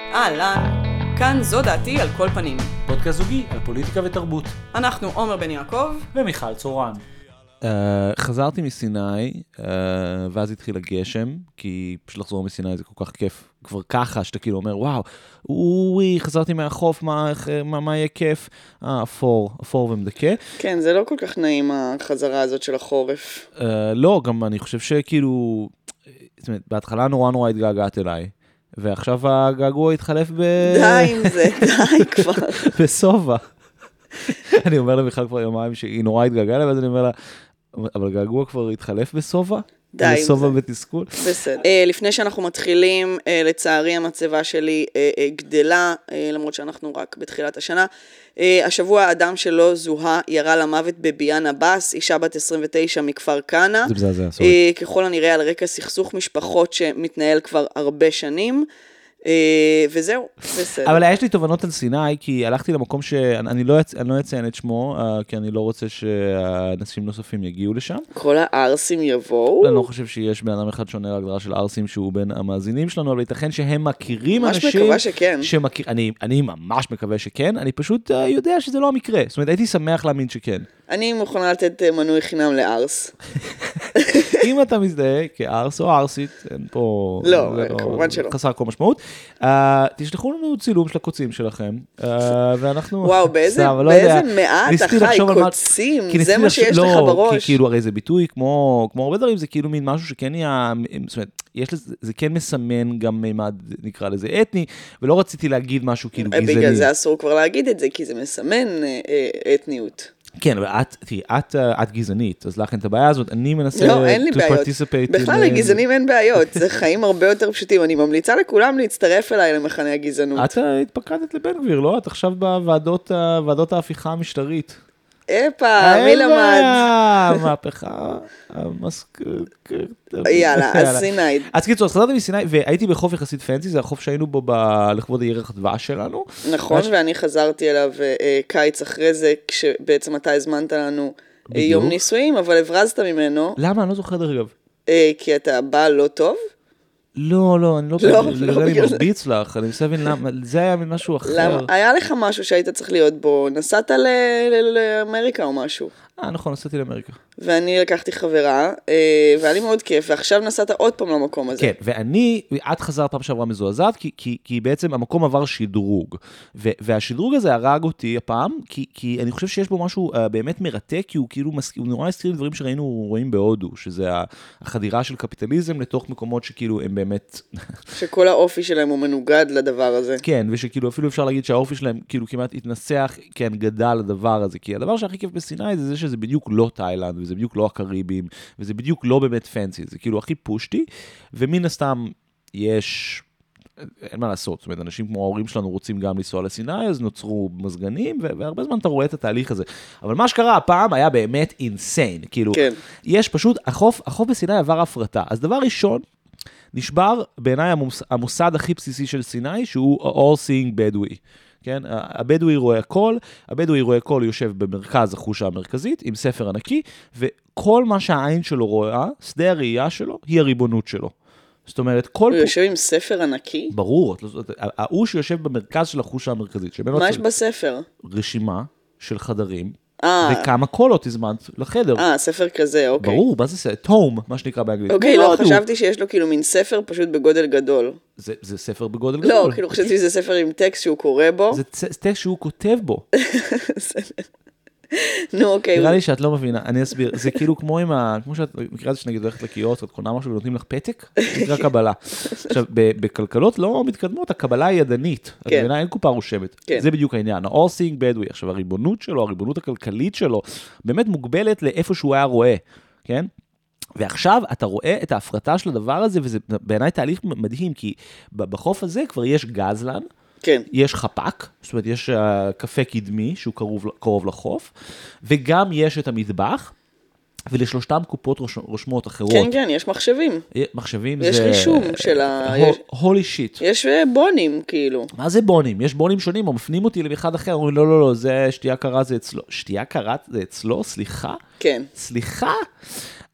אהלן, כאן זו דעתי על כל פנים. פודקאסט זוגי על פוליטיקה ותרבות. אנחנו עומר בן יעקב ומיכל צורן. חזרתי מסיני, ואז התחיל הגשם, כי פשוט לחזור מסיני זה כל כך כיף. כבר ככה, שאתה כאילו אומר, וואו, חזרתי מהחוף, מה יהיה כיף? אפור ומדכא. כן, זה לא כל כך נעים החזרה הזאת של החורף. לא, גם אני חושב שכאילו, זאת אומרת, בהתחלה נורא התגעגעת אליי. ועכשיו הגעגוע התחלף די עם זה, די כבר. בסובה. אני אומר למיכל כבר יומיים שהיא נורא התגעגעה לה, ואז אני אומר לה, אבל געגוע כבר התחלף בסובה? די עם זה. בסובה ותסכול? בסדר. לפני שאנחנו מתחילים, לצערי המצבה שלי גדלה, למרות שאנחנו רק בתחילת השנה. השבוע האדם שלו זוהה ירה למוות בביאן אבאס, אישה בת 29 מכפר קנה. זה בזעזע, סורי. ככל הנראה על רקע סכסוך משפחות שמתנהל כבר הרבה שנים. וזהו, בסדר. אבל יש לי תובנות על סיני, כי הלכתי למקום שאני לא אציין את שמו, כי אני לא רוצה שאנשים נוספים יגיעו לשם. כל הארסים יבואו? אני לא חושב שיש בן אדם אחד שונה להגדרה של ארסים שהוא בין המאזינים שלנו, אבל ייתכן שהם מכירים אנשים... ממש מקווה שכן. אני ממש מקווה שכן, אני פשוט יודע שזה לא המקרה. זאת אומרת, הייתי שמח להאמין שכן. אני מוכנה לתת מנוי חינם לארס. אם אתה מזדהה כארס או ארסית, אין פה... לא, כמובן שלא. חסר כל משמעות. תשלחו לנו צילום של הקוצים שלכם, ואנחנו... וואו, באיזה מעט החי קוצים, זה מה שיש לך בראש. כי כאילו, הרי זה ביטוי, כמו הרבה דברים, זה כאילו מין משהו שכן יהיה... זאת אומרת, זה כן מסמן גם מימד, נקרא לזה, אתני, ולא רציתי להגיד משהו כאילו גזעני. בגלל זה אסור כבר להגיד את זה, כי זה מסמן אתניות. כן, אבל את גזענית, אז לכן את הבעיה הזאת, אני מנסה... לא, אין לי בעיות. בכלל לגזענים אין בעיות, זה חיים הרבה יותר פשוטים. אני ממליצה לכולם להצטרף אליי למחנה הגזענות. את התפקדת לבן גביר, לא? את עכשיו בוועדות ההפיכה המשטרית. מי למד? מהפכה, יאללה, אז סיני. אז קיצור, אז חזרתי מסיני, והייתי בחוף יחסית פנסי, זה החוף שהיינו בו לכבוד הירח הדבש שלנו. נכון, ואני חזרתי אליו קיץ אחרי זה, כשבעצם אתה הזמנת לנו יום נישואים, אבל הברזת ממנו. למה? אני לא זוכר דרך אגב. כי אתה בא לא טוב? לא, אני לא מרביץ לך, אני מנסה להבין למה, זה היה משהו אחר. למה? היה לך משהו שהיית צריך להיות בו, נסעת לאמריקה או משהו. נכון, נסעתי לאמריקה. ואני לקחתי חברה, והיה לי מאוד כיף, ועכשיו נסעת עוד פעם למקום הזה. כן, את חזרת פעם שעברה מזועזעת, כי בעצם המקום עבר שדרוג, והשדרוג הזה הרג אותי הפעם, כי אני חושב שיש בו משהו באמת מרתק, כי הוא כאילו, הוא נורא הזכיר דברים רואים בהודו, שזה החדירה של קפיטליזם לתוך מקומות שכאילו הם באמת... שכל האופי שלהם הוא מנוגד לדבר הזה. כן, ושכאילו אפילו אפשר להגיד שהאופי שלהם כאילו כמעט התנסח, כן, גדל לדבר הזה, כי הדבר שהכי כיף בסיני זה שזה בדיוק לא תאילנד, וזה בדיוק לא הקריבים, וזה בדיוק לא באמת פנסי, זה כאילו הכי פושטי, ומן הסתם יש, אין מה לעשות, זאת אומרת, אנשים כמו ההורים שלנו רוצים גם לנסוע לסיני, אז נוצרו מזגנים, והרבה זמן אתה רואה את התהליך הזה. אבל מה שקרה הפעם היה באמת אינסיין, כאילו, כן. יש פשוט, החוף בסיני עבר הפרטה, אז דבר ראשון, נשבר בעיניי המוסד הכי בסיסי של סיני, שהוא all-seeing Bedouin. כן? הבדואי רואה הכל יושב במרכז החושה המרכזית, עם ספר ענקי, וכל מה שהעין שלו רואה, שדה הראייה שלו, היא הריבונות שלו. זאת אומרת, הוא יושב עם ספר ענקי? ברור, הוא שיושב במרכז של החושה המרכזית. מה יש בספר? רשימה של חדרים, וכמה קולות הזמנת לחדר. ספר כזה, אוקיי. ברור, מה זה תום, מה שנקרא באנגלית. אוקיי, לא, חשבתי שיש לו כאילו מין ספר פשוט בגודל גדול. זה ספר בגודל גדול. לא, כאילו חשבתי שזה ספר עם טקסט שהוא קורא בו. זה טקסט שהוא כותב בו. נו, אוקיי. נראה לי שאת לא מבינה, אני אסביר. זה כאילו כמו שאת מכירה את זה שנגיד הולכת לקיוסק, את קונה משהו ונותנים לך פתק, נקרא קבלה. עכשיו, בכלכלות לא מתקדמות, הקבלה היא ידנית. את מבינה, אין קופה רושמת. זה בדיוק העניין. ה-all-seeing Bedouin, עכשיו, הריבונות שלו, הריבונות הכלכלית שלו, באמת מוגבלת לאיפה שהוא היה רואה, כן? ועכשיו אתה רואה את ההפרטה של הדבר הזה, וזה בעיניי תהליך מדהים, כי בחוף הזה כבר יש גזלן, כן. יש חפק, זאת אומרת, יש קפה קדמי שהוא קרוב לחוף, וגם יש את המטבח, ולשלושתם קופות רושמות אחרות. כן, כן, יש מחשבים. מחשבים יש זה... יש רישום של הולי שיט. יש בונים, כאילו. מה זה בונים? יש בונים שונים, או מפנים אותי למחד אחר, אומרים, לא, זה שתייה קרה זה אצלו. שתייה קרה זה אצלו? סליחה? כן. סליחה?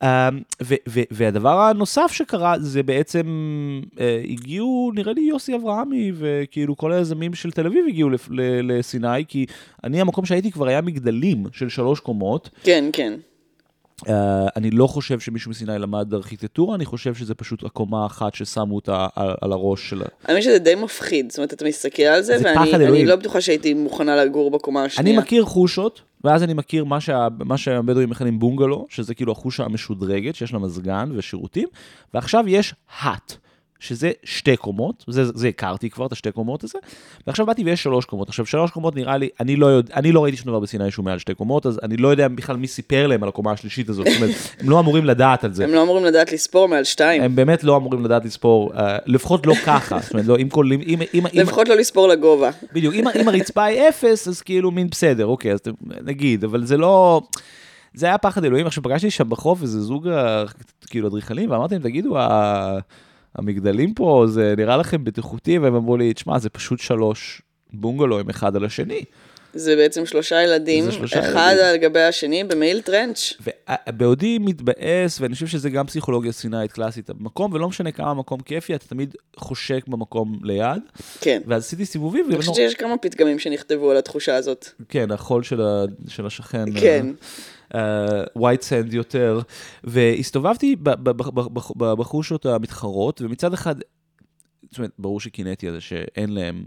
והדבר הנוסף שקרה, זה בעצם, הגיעו, נראה לי יוסי אברהמי, וכאילו כל היזמים של תל אביב הגיעו לסיני, כי אני, המקום שהייתי כבר היה מגדלים של 3 קומות. כן, כן. אני לא חושב שמישהו מסיני למד ארכיטקטורה, אני חושב שזה פשוט הקומה אחת ששמו אותה על הראש שלה. אני חושב שזה די מפחיד, זאת אומרת, אתה מסתכל על זה, ואני לא בטוחה שהייתי מוכנה לגור בקומה השנייה. אני מכיר חושות, ואז אני מכיר מה שהבדואים מכנים בונגלו, שזה כאילו החושה המשודרגת, שיש לה מזגן ושירותים, ועכשיו יש האט. שזה 2 קומות, זה הכרתי כבר את 2 קומות הזה, ועכשיו באתי ויש 3 קומות, עכשיו 3 קומות נראה לי, אני לא ראיתי שום דבר בסיני שהוא מעל 2 קומות, אז אני לא יודע בכלל מי סיפר להם על הקומה השלישית הזאת, זאת אומרת, הם לא אמורים לדעת על זה. הם לא אמורים לדעת לספור מעל 2. הם באמת לא אמורים לדעת לספור, לפחות לא ככה, זאת אומרת, לא, לפחות לא לספור לגובה. בדיוק, אם הרצפה היא 0, אז כאילו מין בסדר, אוקיי, אז נגיד, אבל זה לא, זה היה פחד אלוהים. עכשיו פגשתי שם בחוף איזה זוג כאילו אדריכלים, ואמרתי להם, תגידו, המגדלים פה, זה נראה לכם בטיחותי, והם אמרו לי, תשמע, זה פשוט 3 בונגלוים אחד על השני. זה בעצם 3 ילדים, אחד על גבי השני, במעיל טרנץ'. ובעודי מתבאס, ואני חושב שזה גם פסיכולוגיה סינאית קלאסית במקום, ולא משנה כמה מקום כיפי, אתה תמיד חושק במקום ליד. כן. ואז עשיתי סיבובים. אני חושבת שיש כמה פתגמים שנכתבו על התחושה הזאת. כן, החול של השכן. כן. ווייט סנד יותר, והסתובבתי בחושות המתחרות, ומצד אחד, זאת אומרת, ברור שקינאתי על זה שאין להם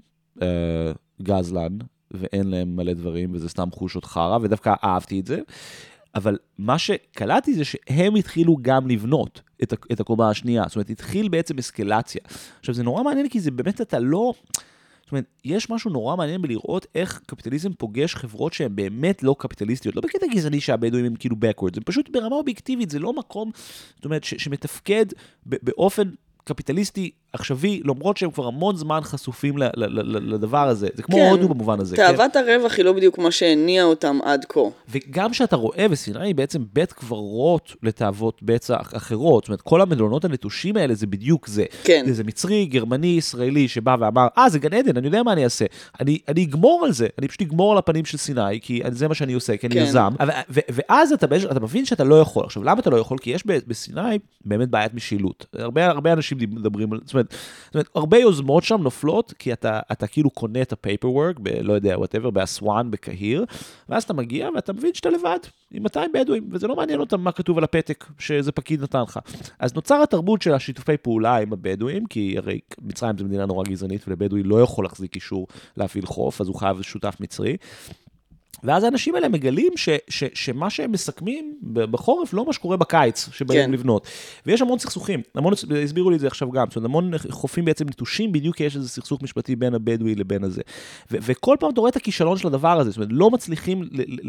גזלן, ואין להם מלא דברים, וזה סתם חושות חרה, ודווקא אהבתי את זה, אבל מה שקלטתי זה שהם התחילו גם לבנות את הקומה השנייה, זאת אומרת, התחיל בעצם אסקלציה. עכשיו, זה נורא מעניין, כי זה באמת אתה לא, זאת אומרת, יש משהו נורא מעניין בלראות איך קפיטליזם פוגש חברות שהן באמת לא קפיטליסטיות, לא בקטע גזעני שהבדואים הם כאילו backwards, זה פשוט ברמה אובייקטיבית, זה לא מקום, זאת אומרת, שמתפקד באופן קפיטליסטי עכשווי, למרות שהם כבר המון זמן חשופים לדבר הזה. זה כמו הודו במובן הזה. תאוות הרווח היא לא בדיוק מה שהניע אותם עד כה. וגם שאתה רואה, וסיני היא בעצם בית קברות לתאוות בצע אחרות. זאת אומרת, כל המלונות הנטושים האלה זה בדיוק זה. כן. זה מצרי, גרמני, ישראלי, שבא ואמר, זה גן עדן, אני יודע מה אני אעשה. אני אגמור על זה. אני פשוט אגמור על הפנים של סיני, כי זה מה שאני עושה, כי אני יזם. ואז אתה מבין שאתה לא יכול. עכשיו, למה אתה לא יכול? כי יש בסיני באמת בעיית משילות. הרבה אנשים מדברים על, זאת אומרת, הרבה יוזמות שם נופלות, כי אתה כאילו קונה את ה-paperwork, לא יודע, whatever, באסואן, בקהיר, ואז אתה מגיע ואתה מבין שאתה לבד, עם 200 בדואים, וזה לא מעניין אותם מה כתוב על הפתק, שזה פקיד נתן לך. אז נוצר התרבות של השיתופי פעולה עם הבדואים, כי הרי מצרים זו מדינה נורא גזענית, ולבדואי לא יכול להחזיק אישור להפעיל חוף, אז הוא חייב שותף מצרי. ואז האנשים האלה מגלים שמה שהם מסכמים בחורף לא מה שקורה בקיץ שבאים לבנות. ויש המון סכסוכים, הסבירו לי את זה עכשיו גם, זאת אומרת, המון חופים בעצם נטושים, בדיוק יש איזה סכסוך משפטי בין הבדואי לבין הזה. וכל פעם אתה רואה את הכישלון של הדבר הזה, זאת אומרת, לא מצליחים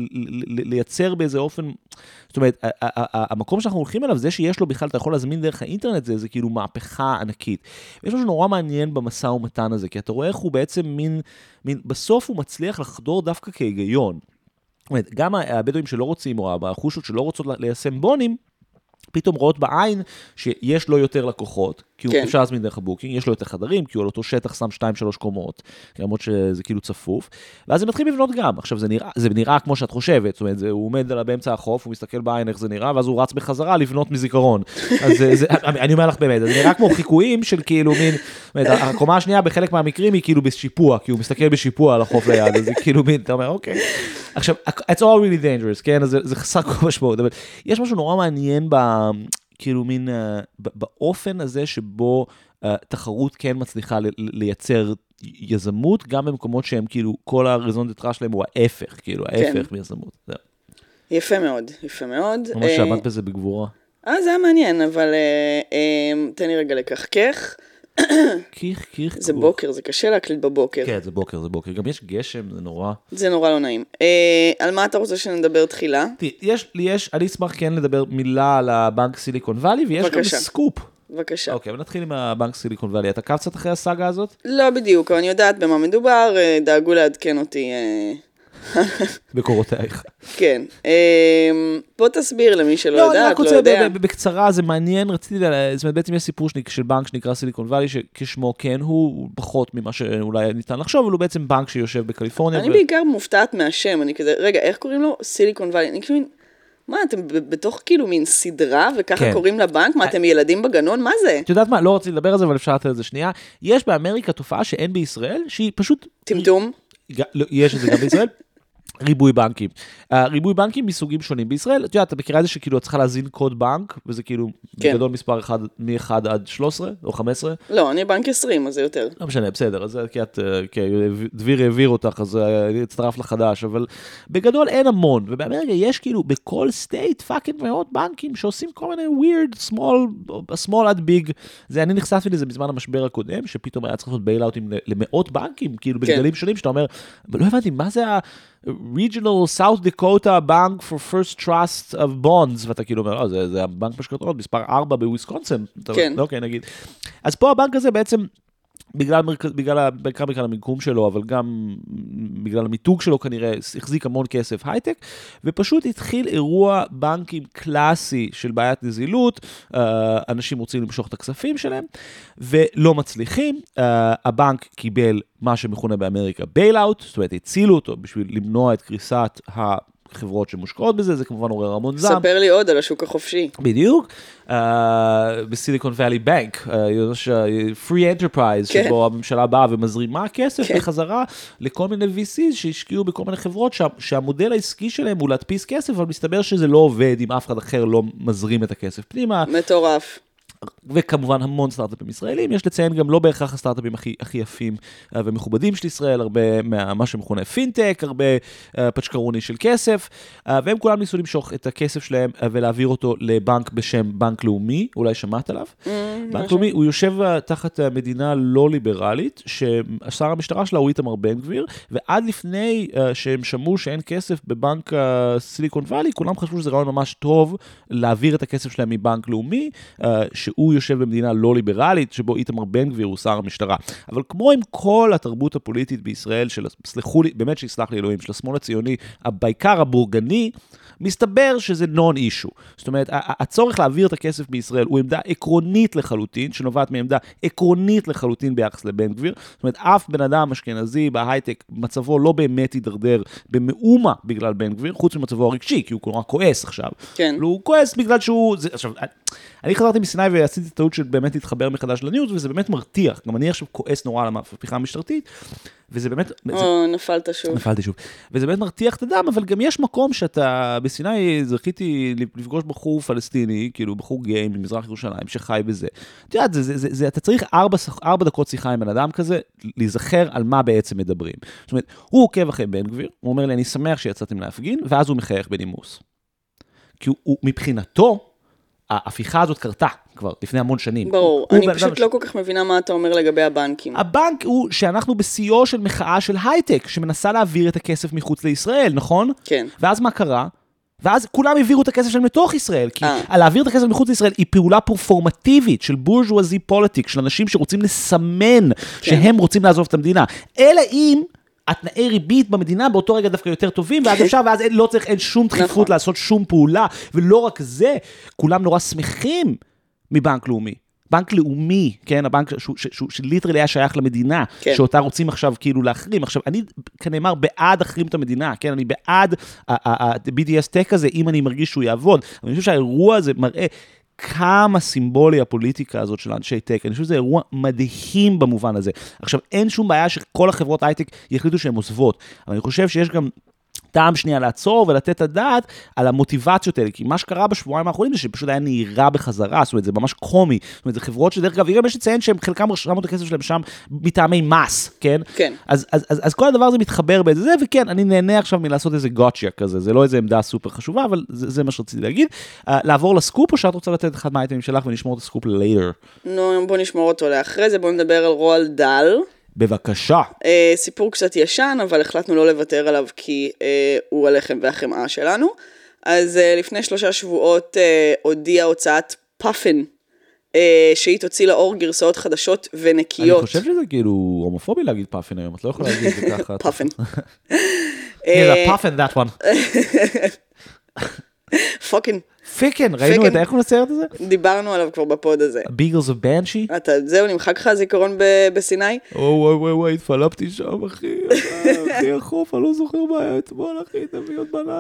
לייצר באיזה אופן, זאת אומרת, המקום שאנחנו הולכים אליו, זה שיש לו בכלל, אתה יכול להזמין דרך האינטרנט, זה כאילו מהפכה ענקית. ויש משהו נורא מעניין במשא ומתן הזה, כי אתה רואה איך הוא בעצם בסוף הוא מצליח לחדור דווקא כהיגיון. זאת אומרת, גם הבדואים שלא רוצים, או החושות שלא רוצות ליישם בונים, פתאום רואות בעין שיש לו יותר לקוחות, כי הוא אפשר להזמין דרך הבוקינג, יש לו יותר חדרים, כי הוא על אותו שטח שם 2-3 קומות, למרות שזה כאילו צפוף, ואז הם מתחילים לבנות גם. עכשיו, זה נראה כמו שאת חושבת, זאת אומרת, הוא עומד באמצע החוף, הוא מסתכל בעין איך זה נראה, ואז הוא רץ בחזרה לבנות מזיכרון. אז אני אומר לך באמת, זה נראה כמו חיקויים של כאילו מין, הקומה השנייה בחלק מהמקרים היא כאילו בשיפוע, כי הוא מסתכל בשיפוע על החוף ליד, אז זה כאילו מין, אתה אומר, אוקיי. עכשיו, it's all really dangerous, כן? אז זה חסר כל משמעות, אבל יש משהו נורא מעניין כאילו מין, באופן הזה שבו תחרות כן מצליחה לייצר יזמות, גם במקומות שהם כאילו, כל הרזון דטרה שלהם הוא ההפך, כאילו, ההפך מיזמות. יפה מאוד, יפה מאוד. ממש שעמד בזה בגבורה. זה היה מעניין, אבל תן לי רגע לקחקך. קיך. זה בוקר, זה קשה להקליט בבוקר. כן, זה בוקר. גם יש גשם, זה נורא. זה נורא לא נעים. על מה אתה רוצה שנדבר תחילה? אני אשמח כן לדבר מילה על הבנק סיליקון ואלי, ויש גם סקופ. בבקשה. אוקיי, אבל נתחיל עם הבנק סיליקון ואלי. אתה קצת אחרי הסאגה הזאת? לא בדיוק, אבל אני יודעת במה מדובר, דאגו לעדכן אותי. בקורותייך. כן. בוא תסביר למי שלא יודעת, לא, אני רק רוצה בקצרה, זה מעניין, רציתי, זאת אומרת, בעצם יש סיפור של בנק שנקרא סיליקון ואלי, שכשמו כן, הוא פחות ממה שאולי ניתן לחשוב, אבל הוא בעצם בנק שיושב בקליפורניה. אני בעיקר מופתעת מהשם, אני כזה, רגע, איך קוראים לו? סיליקון ואלי, אני כאילו, מה, אתם בתוך כאילו מין סדרה, וככה כן. קוראים לבנק? מה, אתם ילדים בגנון? מה זה? את יודעת מה, לא רציתי לדבר על זה, אבל אפשר לתת על זה שנייה. יש באמריקה תופעה שאין בישראל, שהיא פשוט... טמטום? יש את זה גם בישראל. ריבוי בנקים. ריבוי בנקים מסוגים שונים. בישראל, את יודעת, אתה מכירה את זה שכאילו את צריכה להזין קוד בנק, וזה כאילו בגדול מספר 1 מ-1 עד 13 או 15? לא, אני בנק 20, אז זה יותר. לא משנה, בסדר, אז כי דביר העביר אותך, אז אני אצטרף לחדש, אבל בגדול אין המון, ובאמריקה יש כאילו בכל סטייט פאקינג מאות בנקים שעושים כל מיני weird, small עד big. זה אני נחשפתי לזה בזמן המשבר הקודם, שפתאום היה צריך לעשות בייל-אוטים למאות בנקים, כאילו בגדלים שונים, שאתה אומר, לא הבנתי, מה זה Regional South Dakota Bank for First Trust of Bonds, ואתה כאילו אומר, זה הבנק משכנתאות, מספר 4 בוויסקונסין. כן. אוקיי, נגיד. אז פה הבנק הזה בעצם, בעיקר בגלל המיקום שלו, אבל גם בגלל המיתוג שלו כנראה, החזיק המון כסף הייטק, ופשוט התחיל אירוע בנקים קלאסי של בעיית נזילות, אנשים רוצים למשוך את הכספים שלהם, ולא מצליחים, הבנק קיבל מה שמכונה באמריקה בייל-אוט, זאת אומרת, הצילו אותו בשביל למנוע את קריסת חברות שמושקעות בזה, זה כמובן עורר המון זעם. ספר לי עוד על השוק החופשי. בדיוק. בסיליקון ואלי בנק, פרי אנטרפרייז, שבו הממשלה באה ומזרימה כסף בחזרה לכל מיני VCs שהשקיעו בכל מיני חברות, שהמודל העסקי שלהם הוא להדפיס כסף, אבל מסתבר שזה לא עובד אם אף אחד אחר לא מזרים את הכסף פנימה. מטורף. וכמובן המון סטארט-אפים ישראלים, יש לציין גם לא בהכרח הסטארט-אפים הכי יפים ומכובדים של ישראל, הרבה מה שמכונה פינטק, הרבה פצ'קרוני של כסף, והם כולם ניסו למשוך את הכסף שלהם ולהעביר אותו לבנק בשם בנק לאומי, אולי שמעת עליו? בנק לאומי, הוא יושב תחת מדינה לא ליברלית, ששר המשטרה שלה הוא איתמר בן גביר, ועד לפני שהם שמעו שאין כסף בבנק סיליקון ואלי, כולם חשבו שזה רעיון ממש טוב להעביר את הכסף שלהם מבנק לאומי, שהוא יושב במדינה לא ליברלית, שבו איתמר בן גביר הוא שר המשטרה. אבל כמו עם כל התרבות הפוליטית בישראל, סלחו לי, באמת שיסלח לי אלוהים, של השמאל הציוני, בעיקר הבורגני, מסתבר שזה non-issue. זאת אומרת, הצורך להעביר את הכסף בישראל הוא עמדה עקרונית לחלוטין, שנובעת מעמדה עקרונית לחלוטין ביחס לבן גביר. זאת אומרת, אף בן אדם אשכנזי בהייטק, מצבו לא באמת יידרדר במאומה בגלל בן גביר, חוץ ממצבו הרגשי, כי הוא כלומר כועס עכשיו. כן. הוא כועס בגלל שהוא... עכשיו, אני חזרתי מסיני ועשיתי טעות של באמת להתחבר מחדש לניוז, וזה באמת מרתיח. גם אני עכשיו כועס נורא על המהפכה המשטרתית, וזה באמת... נפלת שוב. נפלתי שוב. וזה באמת מרתיח את הדם, אבל גם יש מקום שאתה... בסיני זכיתי לפגוש בחור פלסטיני, כאילו בחור גיי ממזרח ירושלים, שחי בזה. אתה יודעת, אתה צריך 4 דקות שיחה עם בן אדם כזה, להיזכר על מה בעצם מדברים. זאת אומרת, הוא עוקב אחרי בן גביר, הוא אומר לי, אני שמח שיצאתם להפגין, ואז הוא מחייך בנימוס. כי הוא מבחינתו, ההפיכה הזאת קרתה כבר לפני המון שנים. ברור, אני פשוט לא כל כך מבינה מה אתה אומר לגבי הבנקים. הבנק הוא שאנחנו בשיאו של מחאה של הייטק, שמנסה להעביר את הכסף מחוץ לישראל, נכון? כן. ואז מה קרה? ואז כולם העבירו את הכסף שלהם לתוך ישראל, כי להעביר את הכסף מחוץ לישראל היא פעולה פרפורמטיבית של בורג'ואזי פוליטיק, של אנשים שרוצים לסמן שהם רוצים לעזוב את המדינה. אלא אם... התנאי ריבית במדינה באותו רגע דווקא יותר טובים, ואז אפשר, ואז לא צריך, אין שום דחיפות לעשות שום פעולה, ולא רק זה, כולם נורא שמחים מבנק לאומי. בנק לאומי, כן, הבנק שליטרלי היה שייך למדינה, שאותה רוצים עכשיו כאילו להחרים. עכשיו, אני כנאמר בעד להחרים את המדינה, כן, אני בעד ה-BDS Tech הזה, אם אני מרגיש שהוא יעבוד. אני חושב שהאירוע הזה מראה כמה סימבולי הפוליטיקה הזאת של אנשי טק, אני חושב שזה אירוע מדהים במובן הזה. עכשיו, אין שום בעיה שכל החברות הייטק יחליטו שהן עוזבות, אבל אני חושב שיש גם טעם שנייה לעצור ולתת את הדעת על המוטיבציות האלה, כי מה שקרה בשבועיים האחרונים זה שפשוט היה נהירה בחזרה, זאת אומרת, זה ממש קומי, זאת אומרת, זה חברות שדרך אגב, גם יש לציין שהם חלקם רשמו את הכסף שלהם שם מטעמי מס, כן? כן. אז כל הדבר הזה מתחבר באיזה זה, וכן, אני נהנה עכשיו מלעשות איזה גוטשיה כזה, זה לא איזה עמדה סופר חשובה, אבל זה מה שרציתי להגיד. לעבור לסקופ, או שאת רוצה לתת אחד מהאייטמים שלך ונשמור את הסקופ ל-later? נו, בוא נשמור אותו לאחרי זה, בוא נדבר על רועל דל. בבקשה. סיפור קצת ישן, אבל החלטנו לא לוותר עליו כי הוא הלחם והחמאה שלנו. אז לפני 3 שבועות הודיעה הוצאת פאפן, שהיא תוציא לאור גרסאות חדשות ונקיות. אני חושב שזה כאילו הומופובי להגיד פאפן היום, את לא יכולה להגיד את זה ככה. פאפן. פאפן, that one. פוקן. פיקן, ראינו את איך הוא לסרט הזה? דיברנו עליו כבר בפוד הזה. ביגלס אוף בנשי? זהו, נמחק לך הזיכרון בסיני? וואי, התפלפתי שם, אחי החוף, אני לא זוכר מה היה אתמול, אחי, תביא עוד בננה.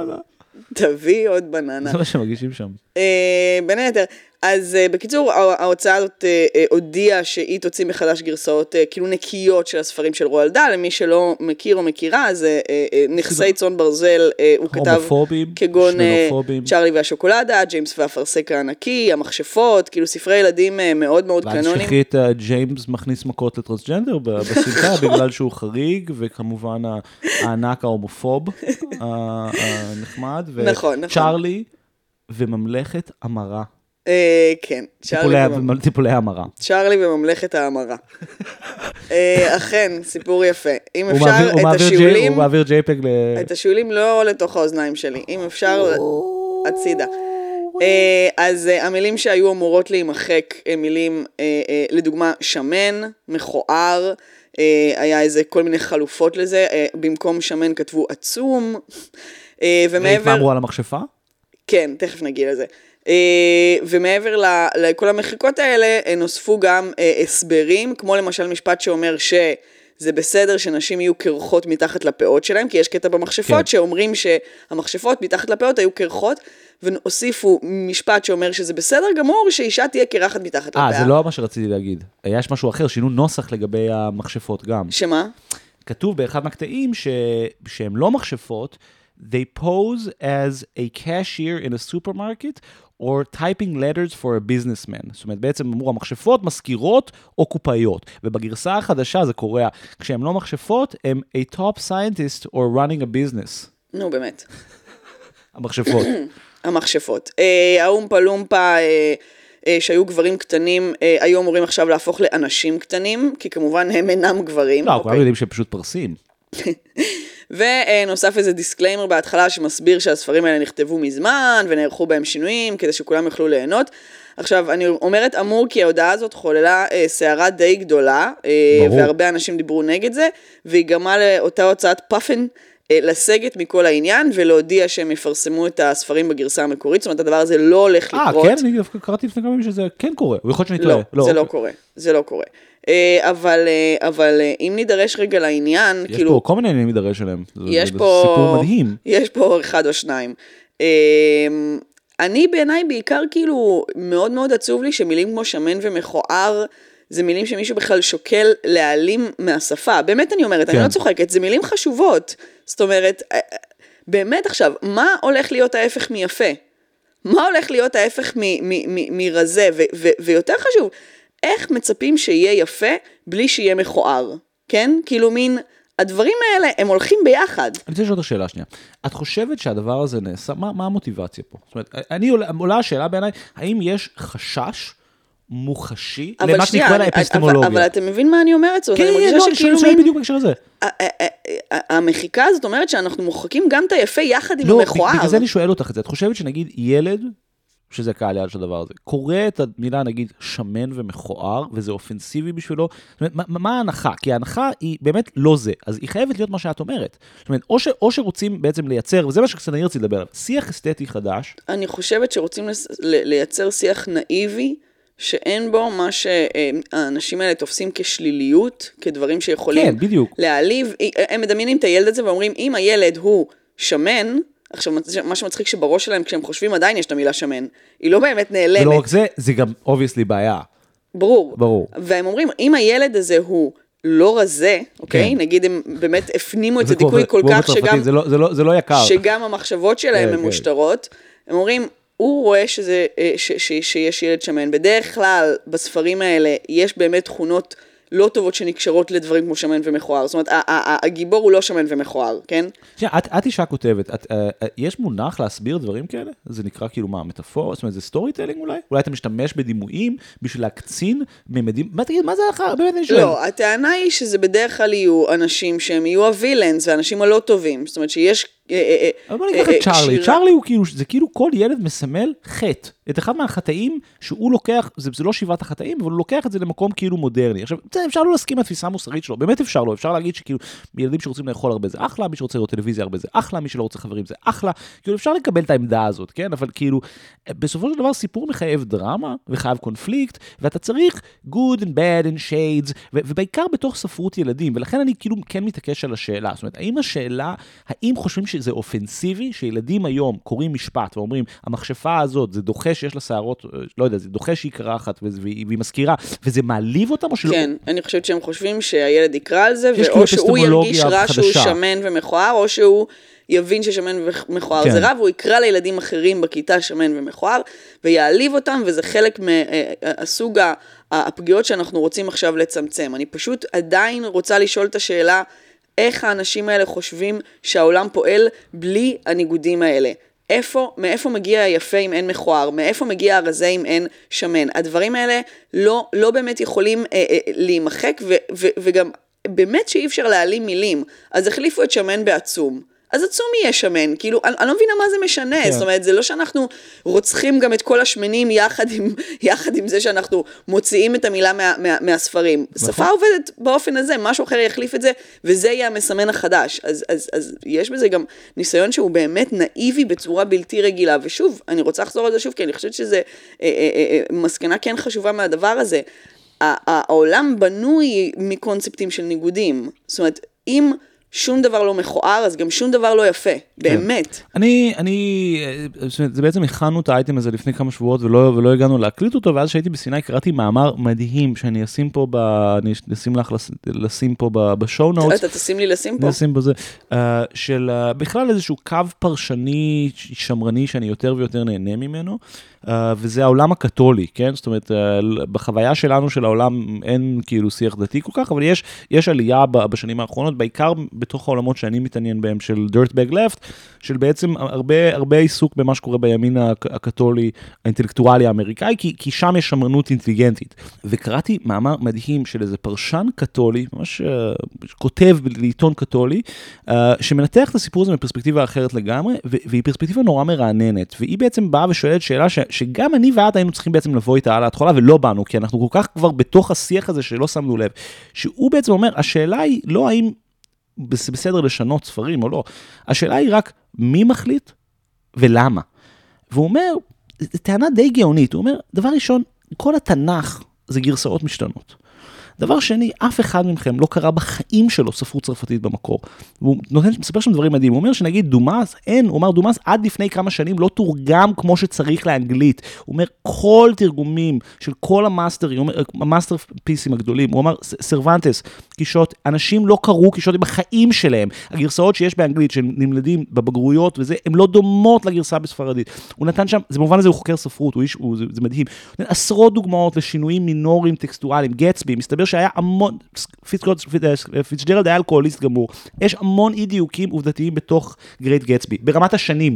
תביא עוד בננה. זה מה שמרגישים שם. בין היתר. אז בקיצור, ההוצאה הזאת הודיעה שהיא תוציא מחדש גרסאות כאילו נקיות של הספרים של רואלד דאל, למי שלא מכיר או מכירה, אז נכסי צאן ברזל, הוא כתב כגון צ'ארלי והשוקולדה, ג'יימס והאפרסק הענקי, המכשפות, כאילו ספרי ילדים מאוד מאוד קנונים. ואז שכחית ג'יימס מכניס מכות לטרנסג'נדר בסרטה, בגלל שהוא חריג, וכמובן הענק ההומופוב הנחמד, וצ'ארלי וממלכת המרה. כן, טיפולי המרה. צ'ארלי וממלכת ההמרה. אכן, סיפור יפה. אם אפשר, את השיעולים... הוא מעביר ג'ייפג את השיעולים לא לתוך האוזניים שלי. אם אפשר, הצידה. אז המילים שהיו אמורות להימחק, מילים, לדוגמה, שמן, מכוער, היה איזה כל מיני חלופות לזה, במקום שמן כתבו עצום, ומעבר... מה אמרו על המכשפה? כן, תכף נגיע לזה. ומעבר לכל המחיקות האלה, נוספו גם הסברים, כמו למשל משפט שאומר שזה בסדר שנשים יהיו קרחות מתחת לפאות שלהם, כי יש קטע במכשפות שאומרים שהמכשפות מתחת לפאות היו קרחות, והוסיפו משפט שאומר שזה בסדר גמור שאישה תהיה קרחת מתחת לפאה. זה לא מה שרציתי להגיד. יש משהו אחר, שינו נוסח לגבי המכשפות גם. שמה? כתוב באחד מהקטעים שהם לא מכשפות, they pose as a cashier in a supermarket, or typing letters for a businessman. זאת אומרת, בעצם אמרו, המכשפות מזכירות או קופאיות. ובגרסה החדשה זה קורה, כשהם לא מכשפות, הם a top scientist or running a business. נו, באמת. המכשפות. המכשפות. האומפה לומפה, שהיו גברים קטנים, היו אמורים עכשיו להפוך לאנשים קטנים, כי כמובן הם אינם גברים. לא, כולם יודעים שהם פשוט פרסים. ונוסף איזה דיסקליימר בהתחלה שמסביר שהספרים האלה נכתבו מזמן ונערכו בהם שינויים כדי שכולם יוכלו ליהנות. עכשיו אני אומרת אמור כי ההודעה הזאת חוללה סערה די גדולה, והרבה אנשים דיברו נגד זה, והיא גרמה לאותה הוצאת פאפן לסגת מכל העניין ולהודיע שהם יפרסמו את הספרים בגרסה המקורית, זאת אומרת הדבר הזה לא הולך לקרות. כן? אני קראתי לפני כמה ימים שזה כן קורה, ויכול להיות שנתראה. לא, זה לא קורה, זה לא קורה. אבל אם נידרש רגע לעניין, יש פה כל מיני עניינים נידרש עליהם, זה סיפור מדהים. יש פה אחד או שניים. אני בעיניי בעיקר כאילו מאוד מאוד עצוב לי שמילים כמו שמן ומכוער, זה מילים שמישהו בכלל שוקל להעלים מהשפה. באמת אני אומרת, אני לא צוחקת, זה מילים חשובות. זאת אומרת, באמת עכשיו, מה הולך להיות ההפך מיפה? מה הולך להיות ההפך מרזה? ויותר חשוב, איך מצפים שיהיה יפה בלי שיהיה מכוער? כן? כאילו מין, הדברים האלה הם הולכים ביחד. אני רוצה לשאול את השאלה השנייה. את חושבת שהדבר הזה נעשה, מה המוטיבציה פה? זאת אומרת, עולה השאלה בעיניי, האם יש חשש מוחשי למה שנקרא לאפיסטמולוגיה? אבל אתה מבין מה אני אומרת? כן, אני שואל בדיוק בהקשר הזה. המחיקה הזאת אומרת שאנחנו מוחקים גם את היפה יחד עם המכוער. בגלל זה אני שואל אותך את זה. את חושבת שנגיד ילד, שזה קהל יד של הדבר הזה, קורא את המילה נגיד שמן ומכוער, וזה אופנסיבי בשבילו, זאת אומרת, מה ההנחה? כי ההנחה היא באמת לא זה, אז היא חייבת להיות מה שאת אומרת. זאת אומרת, או שרוצים בעצם לייצר, וזה מה שקצת אני רציתי לדבר עליו, שיח אסתטי חדש. אני חושבת שרוצים לייצר שיח נאיבי, שאין בו מה שהאנשים האלה תופסים כשליליות, כדברים שיכולים להעליב. הם מדמיינים את הילד הזה ואומרים, אם הילד הוא שמן, עכשיו, מה שמצחיק שבראש שלהם, כשהם חושבים עדיין יש את המילה שמן, היא לא באמת נעלמת. ולא רק זה, זה גם obviously בעיה. ברור. והם אומרים, אם הילד הזה הוא לא רזה, אוקיי? נגיד הם באמת הפנימו את זה דיכוי כל כך זה לא יקר. שגם המחשבות שלהם הן מושטרות, הם אומרים, הוא רואה שיש ילד שמן. בדרך כלל, בספרים האלה, יש באמת תכונות לא טובות שנקשרות לדברים כמו שמן ומכוער. זאת אומרת, הגיבור הוא לא שמן ומכוער, כן? את אישה כותבת, יש מונח להסביר דברים כאלה? זה נקרא כאילו מה, מטאפורה? זאת אומרת, זה סטורי טיילינג אולי? אולי אתה משתמש בדימויים בשביל להקצין ממדים? מה תגיד, מה זה אחר? באמת אני שואל. לא, הטענה היא שזה בדרך כלל יהיו אנשים שהם יהיו הווילנס, ואנשים הלא טובים. זאת אומרת שיש... אבל בוא ניקח את צ'ארלי. צ'ארלי הוא כאילו, זה כאילו כל ילד מסמל חטא. את אחד מהחטאים שהוא לוקח, זה לא שבעת החטאים, אבל הוא לוקח את זה למקום כאילו מודרני. עכשיו, אפשר לא להסכים לתפיסה המוסרית שלו, באמת אפשר לו, אפשר להגיד שכאילו, ילדים שרוצים לאכול הרבה זה אחלה, מי שרוצה לראות טלוויזיה הרבה זה אחלה, מי שלא רוצה חברים זה אחלה, כאילו אפשר לקבל את העמדה הזאת, כן? אבל כאילו, בסופו של דבר סיפור מחייב דרמה, וחייב קונפליקט, ואתה צריך good and bad and shades, ובעיקר בתוך ספרות ילדים, ולכן אני כאילו כן מתעקש על השאלה, זאת אומרת, האם השאלה, האם חושבים שזה אופנסיבי, שילדים היום קוראים משפט ואומרים, המכשפה הזאת, זה דוחה שיש לה שערות, לא יודע, זה דוחה שהיא קרחת והיא מזכירה, וזה מעליב אותם או שלא? כן, אני חושבת שהם חושבים שהילד יקרא על זה, ואו שהוא ירגיש רע שהוא שמן ומכוער, או שהוא יבין ששמן ומכוער זה רע, והוא יקרא לילדים אחרים בכיתה שמן ומכוער, ויעליב אותם, וזה חלק מהסוג הפגיעות שאנחנו רוצים עכשיו לצמצם. אני פשוט עדיין רוצה לשאול את השאלה, איך האנשים האלה חושבים שהעולם פועל בלי הניגודים האלה? מאיפה מגיע היפה אם אין מכוער? מאיפה מגיע הרזה אם אין שמן? הדברים האלה לא באמת יכולים להימחק, וגם באמת שאי אפשר להעלים מילים. אז החליפו את שמן בעצום. אז עצום יהיה שמן, כאילו, אני לא מבינה מה זה משנה, כן. זאת אומרת, זה לא שאנחנו רוצחים גם את כל השמנים יחד עם זה שאנחנו מוציאים את המילה מהספרים. נכון. שפה עובדת באופן הזה, משהו אחר יחליף את זה, וזה יהיה המסמן החדש. אז יש בזה גם ניסיון שהוא באמת נאיבי בצורה בלתי רגילה, ושוב, אני רוצה לחזור על זה שוב, כי אני חושבת שזה מסקנה כן חשובה מהדבר הזה. העולם בנוי מקונספטים של ניגודים, זאת אומרת, אם שום דבר לא מכוער, אז גם שום דבר לא יפה, באמת. זה בעצם הכנו את האייטם הזה לפני כמה שבועות, ולא הגענו להקליט אותו, ואז שהייתי בסיני קראתי מאמר מדהים, שאני אשים פה, לשים פה בשואו נוטס. אתה תשים לי לשים פה? נשים בזה, של בכלל איזשהו קו פרשני, שמרני, שאני יותר ויותר נהנה ממנו, וזה העולם הקתולי, כן? זאת אומרת, בחוויה שלנו של העולם אין כאילו שיח דתי כל כך, אבל יש עלייה בשנים האחרונות, בעיקר בתוך העולמות שאני מתעניין בהם, של dirtbag left, של בעצם הרבה עיסוק במה שקורה בימין הקתולי, האינטלקטואלי האמריקאי, כי שם יש שמרנות אינטליגנטית. וקראתי מאמר מדהים של איזה פרשן קתולי, ממש כותב לעיתון קתולי, שמנתח את הסיפור הזה מפרספקטיבה אחרת לגמרי, והיא פרספקטיבה נורא מרעננת, והיא בעצם באה ושואלת שאלה שגם אני ואת היינו צריכים בעצם לבוא איתה על ההתחלה, ולא באנו, כי אנחנו כל כך כבר בתוך השיח הזה שלא שמנו לב, שהוא בעצם אומר, השאלה היא לא האם בסדר לשנות ספרים או לא, השאלה היא רק מי מחליט ולמה. והוא אומר, זו טענה די גאונית, הוא אומר, דבר ראשון, כל התנ"ך זה גרסאות משתנות. דבר שני, אף אחד מכם לא קרא בחיים שלו ספרות צרפתית במקור. והוא מספר שם דברים מדהים. הוא אומר שנגיד דומאס, הוא אומר דומאס עד לפני כמה שנים לא תורגם כמו שצריך לאנגלית. הוא אומר כל תרגומים של כל המאסטרים, המאסטר פיסים הגדולים, הוא אומר סרוונטס, קישוט, אנשים לא קראו קישוטים בחיים שלהם. הגרסאות שיש באנגלית שנמלדים בבגרויות וזה, הן לא דומות לגרסה בספרדית. הוא נתן שם, זה במובן הזה הוא חוקר ספרות, זה מדהים. הוא נתן עשרות דוגמאות לשינויים מינוריים טקסטואליים, גטסבי, מסתבר שהיה המון, פיצג'רלד היה אלכוהוליסט גמור, יש המון אי דיוקים עובדתיים בתוך גרייט גטסבי, ברמת השנים,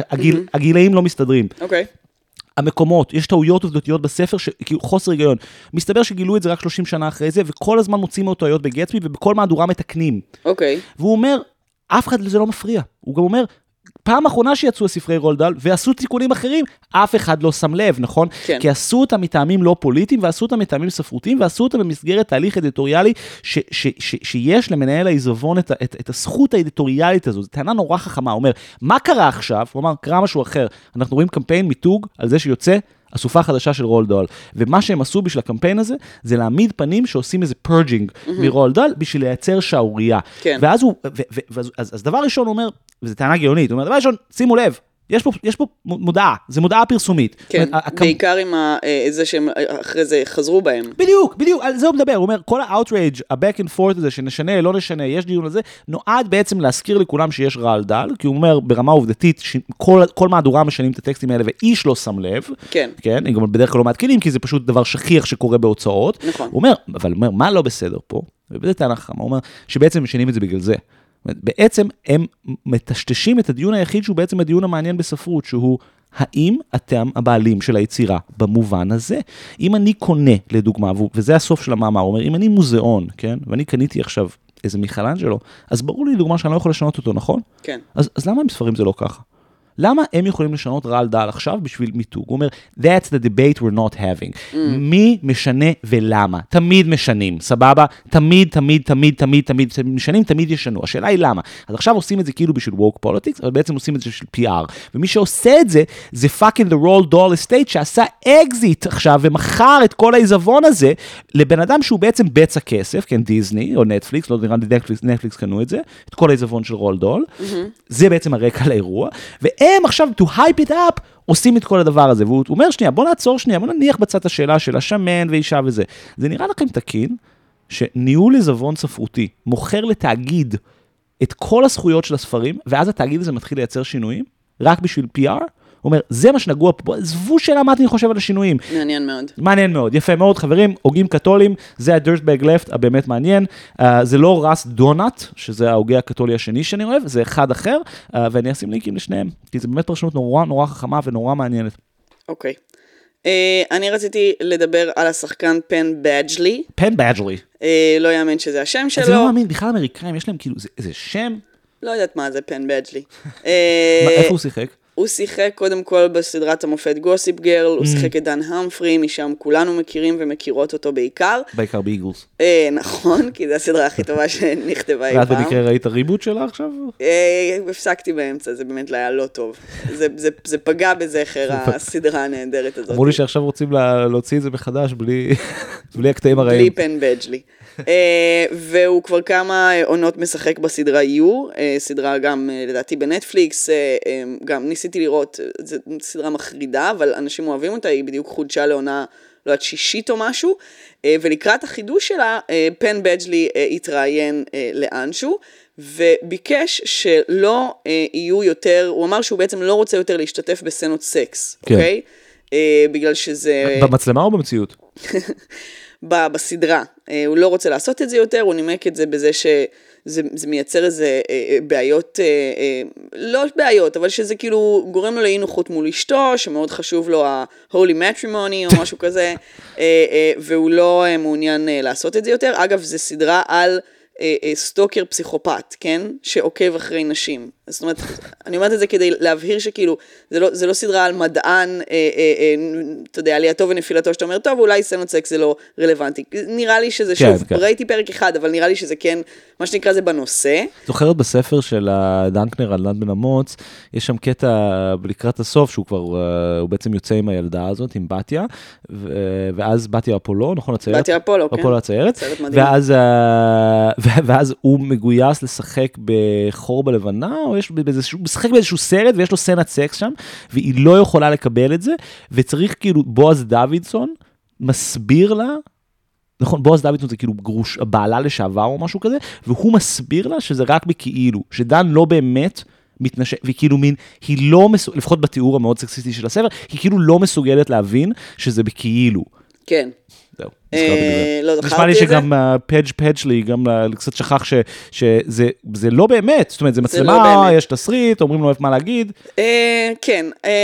הגילאים לא מסתדרים. אוקיי. המקומות, יש טעויות עובדתיות בספר, כאילו חוסר היגיון. מסתבר שגילו את זה רק 30 שנה אחרי זה, וכל הזמן מוצאים מאותיות בגטסבי, ובכל מהדורה מתקנים. אוקיי. והוא אומר, אף אחד לזה לא מפריע. הוא גם אומר, פעם אחרונה שיצאו הספרי רולד דהל, ועשו תיקונים אחרים, אף אחד לא שם לב, נכון? כן. כי עשו אותם מטעמים לא פוליטיים, ועשו אותם מטעמים ספרותיים, ועשו אותם במסגרת תהליך אדיטוריאלי, שיש למנהל העיזבון את הזכות האדיטוריאלית הזו. זו טענה נורא חכמה. הוא אומר, מה קרה עכשיו? הוא אמר, קרה משהו אחר. אנחנו רואים קמפיין מיתוג על זה שיוצא הסופה החדשה של רולד דהל. ומה שהם עשו בשביל הקמפיין הזה, זה להעמיד פנים שעושים איזה פרג'ינג מרולד דהל, בשביל לייצר שעוריה. כן. ואז אז דבר ראשון הוא אומר, וזו טענה גאונית, הוא אומר, דבר ראשון, שימו לב, יש פה מודעה, זה מודעה פרסומית. כן, בעיקר עם זה שהם אחרי זה חזרו בהם. בדיוק, על זה הוא מדבר, הוא אומר, כל ה-outrage, ה-back and forth הזה, שנשנה, לא נשנה, יש דיון על זה, נועד בעצם להזכיר לכולם שיש רעל דל, כי הוא אומר, ברמה עובדתית, כל מהדורה משנים את הטקסטים האלה, ואיש לא שם לב. כן. כן, הם גם בדרך כלל לא מעדכנים, כי זה פשוט דבר שכיח שקורה בהוצאות. נכון. הוא אומר, אבל הוא אומר, מה לא בסדר פה? ובזה טענה חכמה, הוא אומר, שבעצם משנים את זה בגלל זה. בעצם הם מטשטשים את הדיון היחיד שהוא בעצם הדיון המעניין בספרות, שהוא האם אתם הבעלים של היצירה במובן הזה. אם אני קונה לדוגמה, וזה הסוף של המאמר, הוא אומר, אם אני מוזיאון, כן, ואני קניתי עכשיו איזה מיכלאנג'לו, אז ברור לי לדוגמה שאני לא יכול לשנות אותו, נכון? כן. אז למה עם ספרים זה לא ככה? למה הם יכולים לשנות רעל דל עכשיו בשביל מיתוג? הוא אומר, that's the debate we're not having. מי משנה ולמה? תמיד משנים, סבבה? תמיד משנים, תמיד ישנו. השאלה היא למה. אז עכשיו עושים את זה כאילו בשביל woke politics, אבל בעצם עושים את זה בשביל PR. ומי שעושה את זה, זה fucking the Roald Dahl estate, שעשה אקזיט עכשיו, ומכר את כל העיזבון הזה, לבן אדם שהוא בעצם בצע כסף, כן, דיזני, או נטפליקס, לא נראה לי נטפליקס קנו את זה, את כל העיזבון של רולד דול, זה בעצם הרקע לאירוע, והם עכשיו, to hype it up, עושים את כל הדבר הזה, והוא אומר שנייה, בוא נעצור שנייה, בוא נניח בצד השאלה של השמן ואישה וזה. זה נראה לכם תקין, שניהול עיזבון ספרותי, מוכר לתאגיד את כל הזכויות של הספרים, ואז התאגיד הזה מתחיל לייצר שינויים, רק בשביל PR, הוא אומר, זה מה שנגוע פה, עזבו שאלה מה אני חושב על השינויים. מעניין מאוד. מעניין מאוד, יפה מאוד, חברים, הוגים קתולים, זה ה-dirtbag left, הבאמת מעניין, זה לא רס דונט, שזה ההוגה הקתולי השני שאני אוהב, זה אחד אחר, ואני אשים לינקים לשניהם, כי זה באמת פרשנות נורא חכמה ונורא מעניינת. אוקיי. אני רציתי לדבר על השחקן פן בדג'לי. פן בדג'לי. לא יאמן שזה השם שלו. זה לא מאמין, בכלל אמריקאים, יש להם כאילו, זה שם? לא יודעת מה זה פן בדג'לי. איפה הוא שיחק? הוא שיחק קודם כל בסדרת המופת גוסיפ גרל, הוא שיחק את דן המפרי, משם כולנו מכירים ומכירות אותו בעיקר. בעיקר באיגלס. נכון, כי זו הסדרה הכי טובה שנכתבה אי פעם. ואת במקרה ראית הריבוט שלה עכשיו? הפסקתי באמצע, זה באמת לא היה לא טוב. זה פגע בזכר הסדרה הנהדרת הזאת. אמרו לי שעכשיו רוצים להוציא את זה מחדש בלי הקטעים הרעים. בלי פן בדג'לי. והוא כבר כמה עונות משחק בסדרה יו, סדרה גם לדעתי בנטפליקס, גם ניסיתי לראות, זו סדרה מחרידה, אבל אנשים אוהבים אותה, היא בדיוק חודשה לעונה, לא יודעת, שישית או משהו, ולקראת החידוש שלה, פן בדג'לי התראיין לאנשהו, וביקש שלא יהיו יותר, הוא אמר שהוא בעצם לא רוצה יותר להשתתף בסצנות סקס, אוקיי? בגלל שזה... במצלמה או במציאות? בסדרה. הוא לא רוצה לעשות את זה יותר, הוא נימק את זה בזה שזה מייצר איזה בעיות, לא בעיות, אבל שזה כאילו גורם לו לאי נוחות מול אשתו, שמאוד חשוב לו ה-holy matrimony או משהו כזה, והוא לא מעוניין לעשות את זה יותר. אגב, זה סדרה על סטוקר פסיכופת, כן? שעוקב אחרי נשים. זאת אומרת, אני אומרת את זה כדי להבהיר שכאילו, זה לא סדרה על מדען, אתה יודע, עלייתו ונפילתו, שאתה אומר, טוב, אולי סצנות סקס זה לא רלוונטי. נראה לי שזה, שוב, ראיתי פרק אחד, אבל נראה לי שזה כן, מה שנקרא זה בנושא. זוכרת בספר של דנקנר על דן בן אמוץ, יש שם קטע לקראת הסוף, שהוא כבר, הוא בעצם יוצא עם הילדה הזאת, עם בתיה, ואז בתיה אפולו, נכון הציירת? בתיה אפולו, כן. אפולו הציירת. ואז הוא מגויס לשחק בחור בלבנה, או משחק באיזשהו סרט, ויש לו סצנת סקס שם, והיא לא יכולה לקבל את זה, וצריך כאילו, בועז דוידסון מסביר לה, נכון, בועז דוידסון זה כאילו בעלה לשעבר או משהו כזה, והוא מסביר לה שזה רק בכאילו, שדן לא באמת מתנשק, וכאילו מין, היא לא מסוגלת, לפחות בתיאור המאוד סקסיסטי של הספר, היא כאילו לא מסוגלת להבין שזה בכאילו. כן. זהו. לא זכרתי את זה. נשמע לי שגם פאג' שלי, גם קצת שכח שזה לא באמת, זאת אומרת, זה מצלמה, יש תסריט, אומרים לו מה להגיד. כן,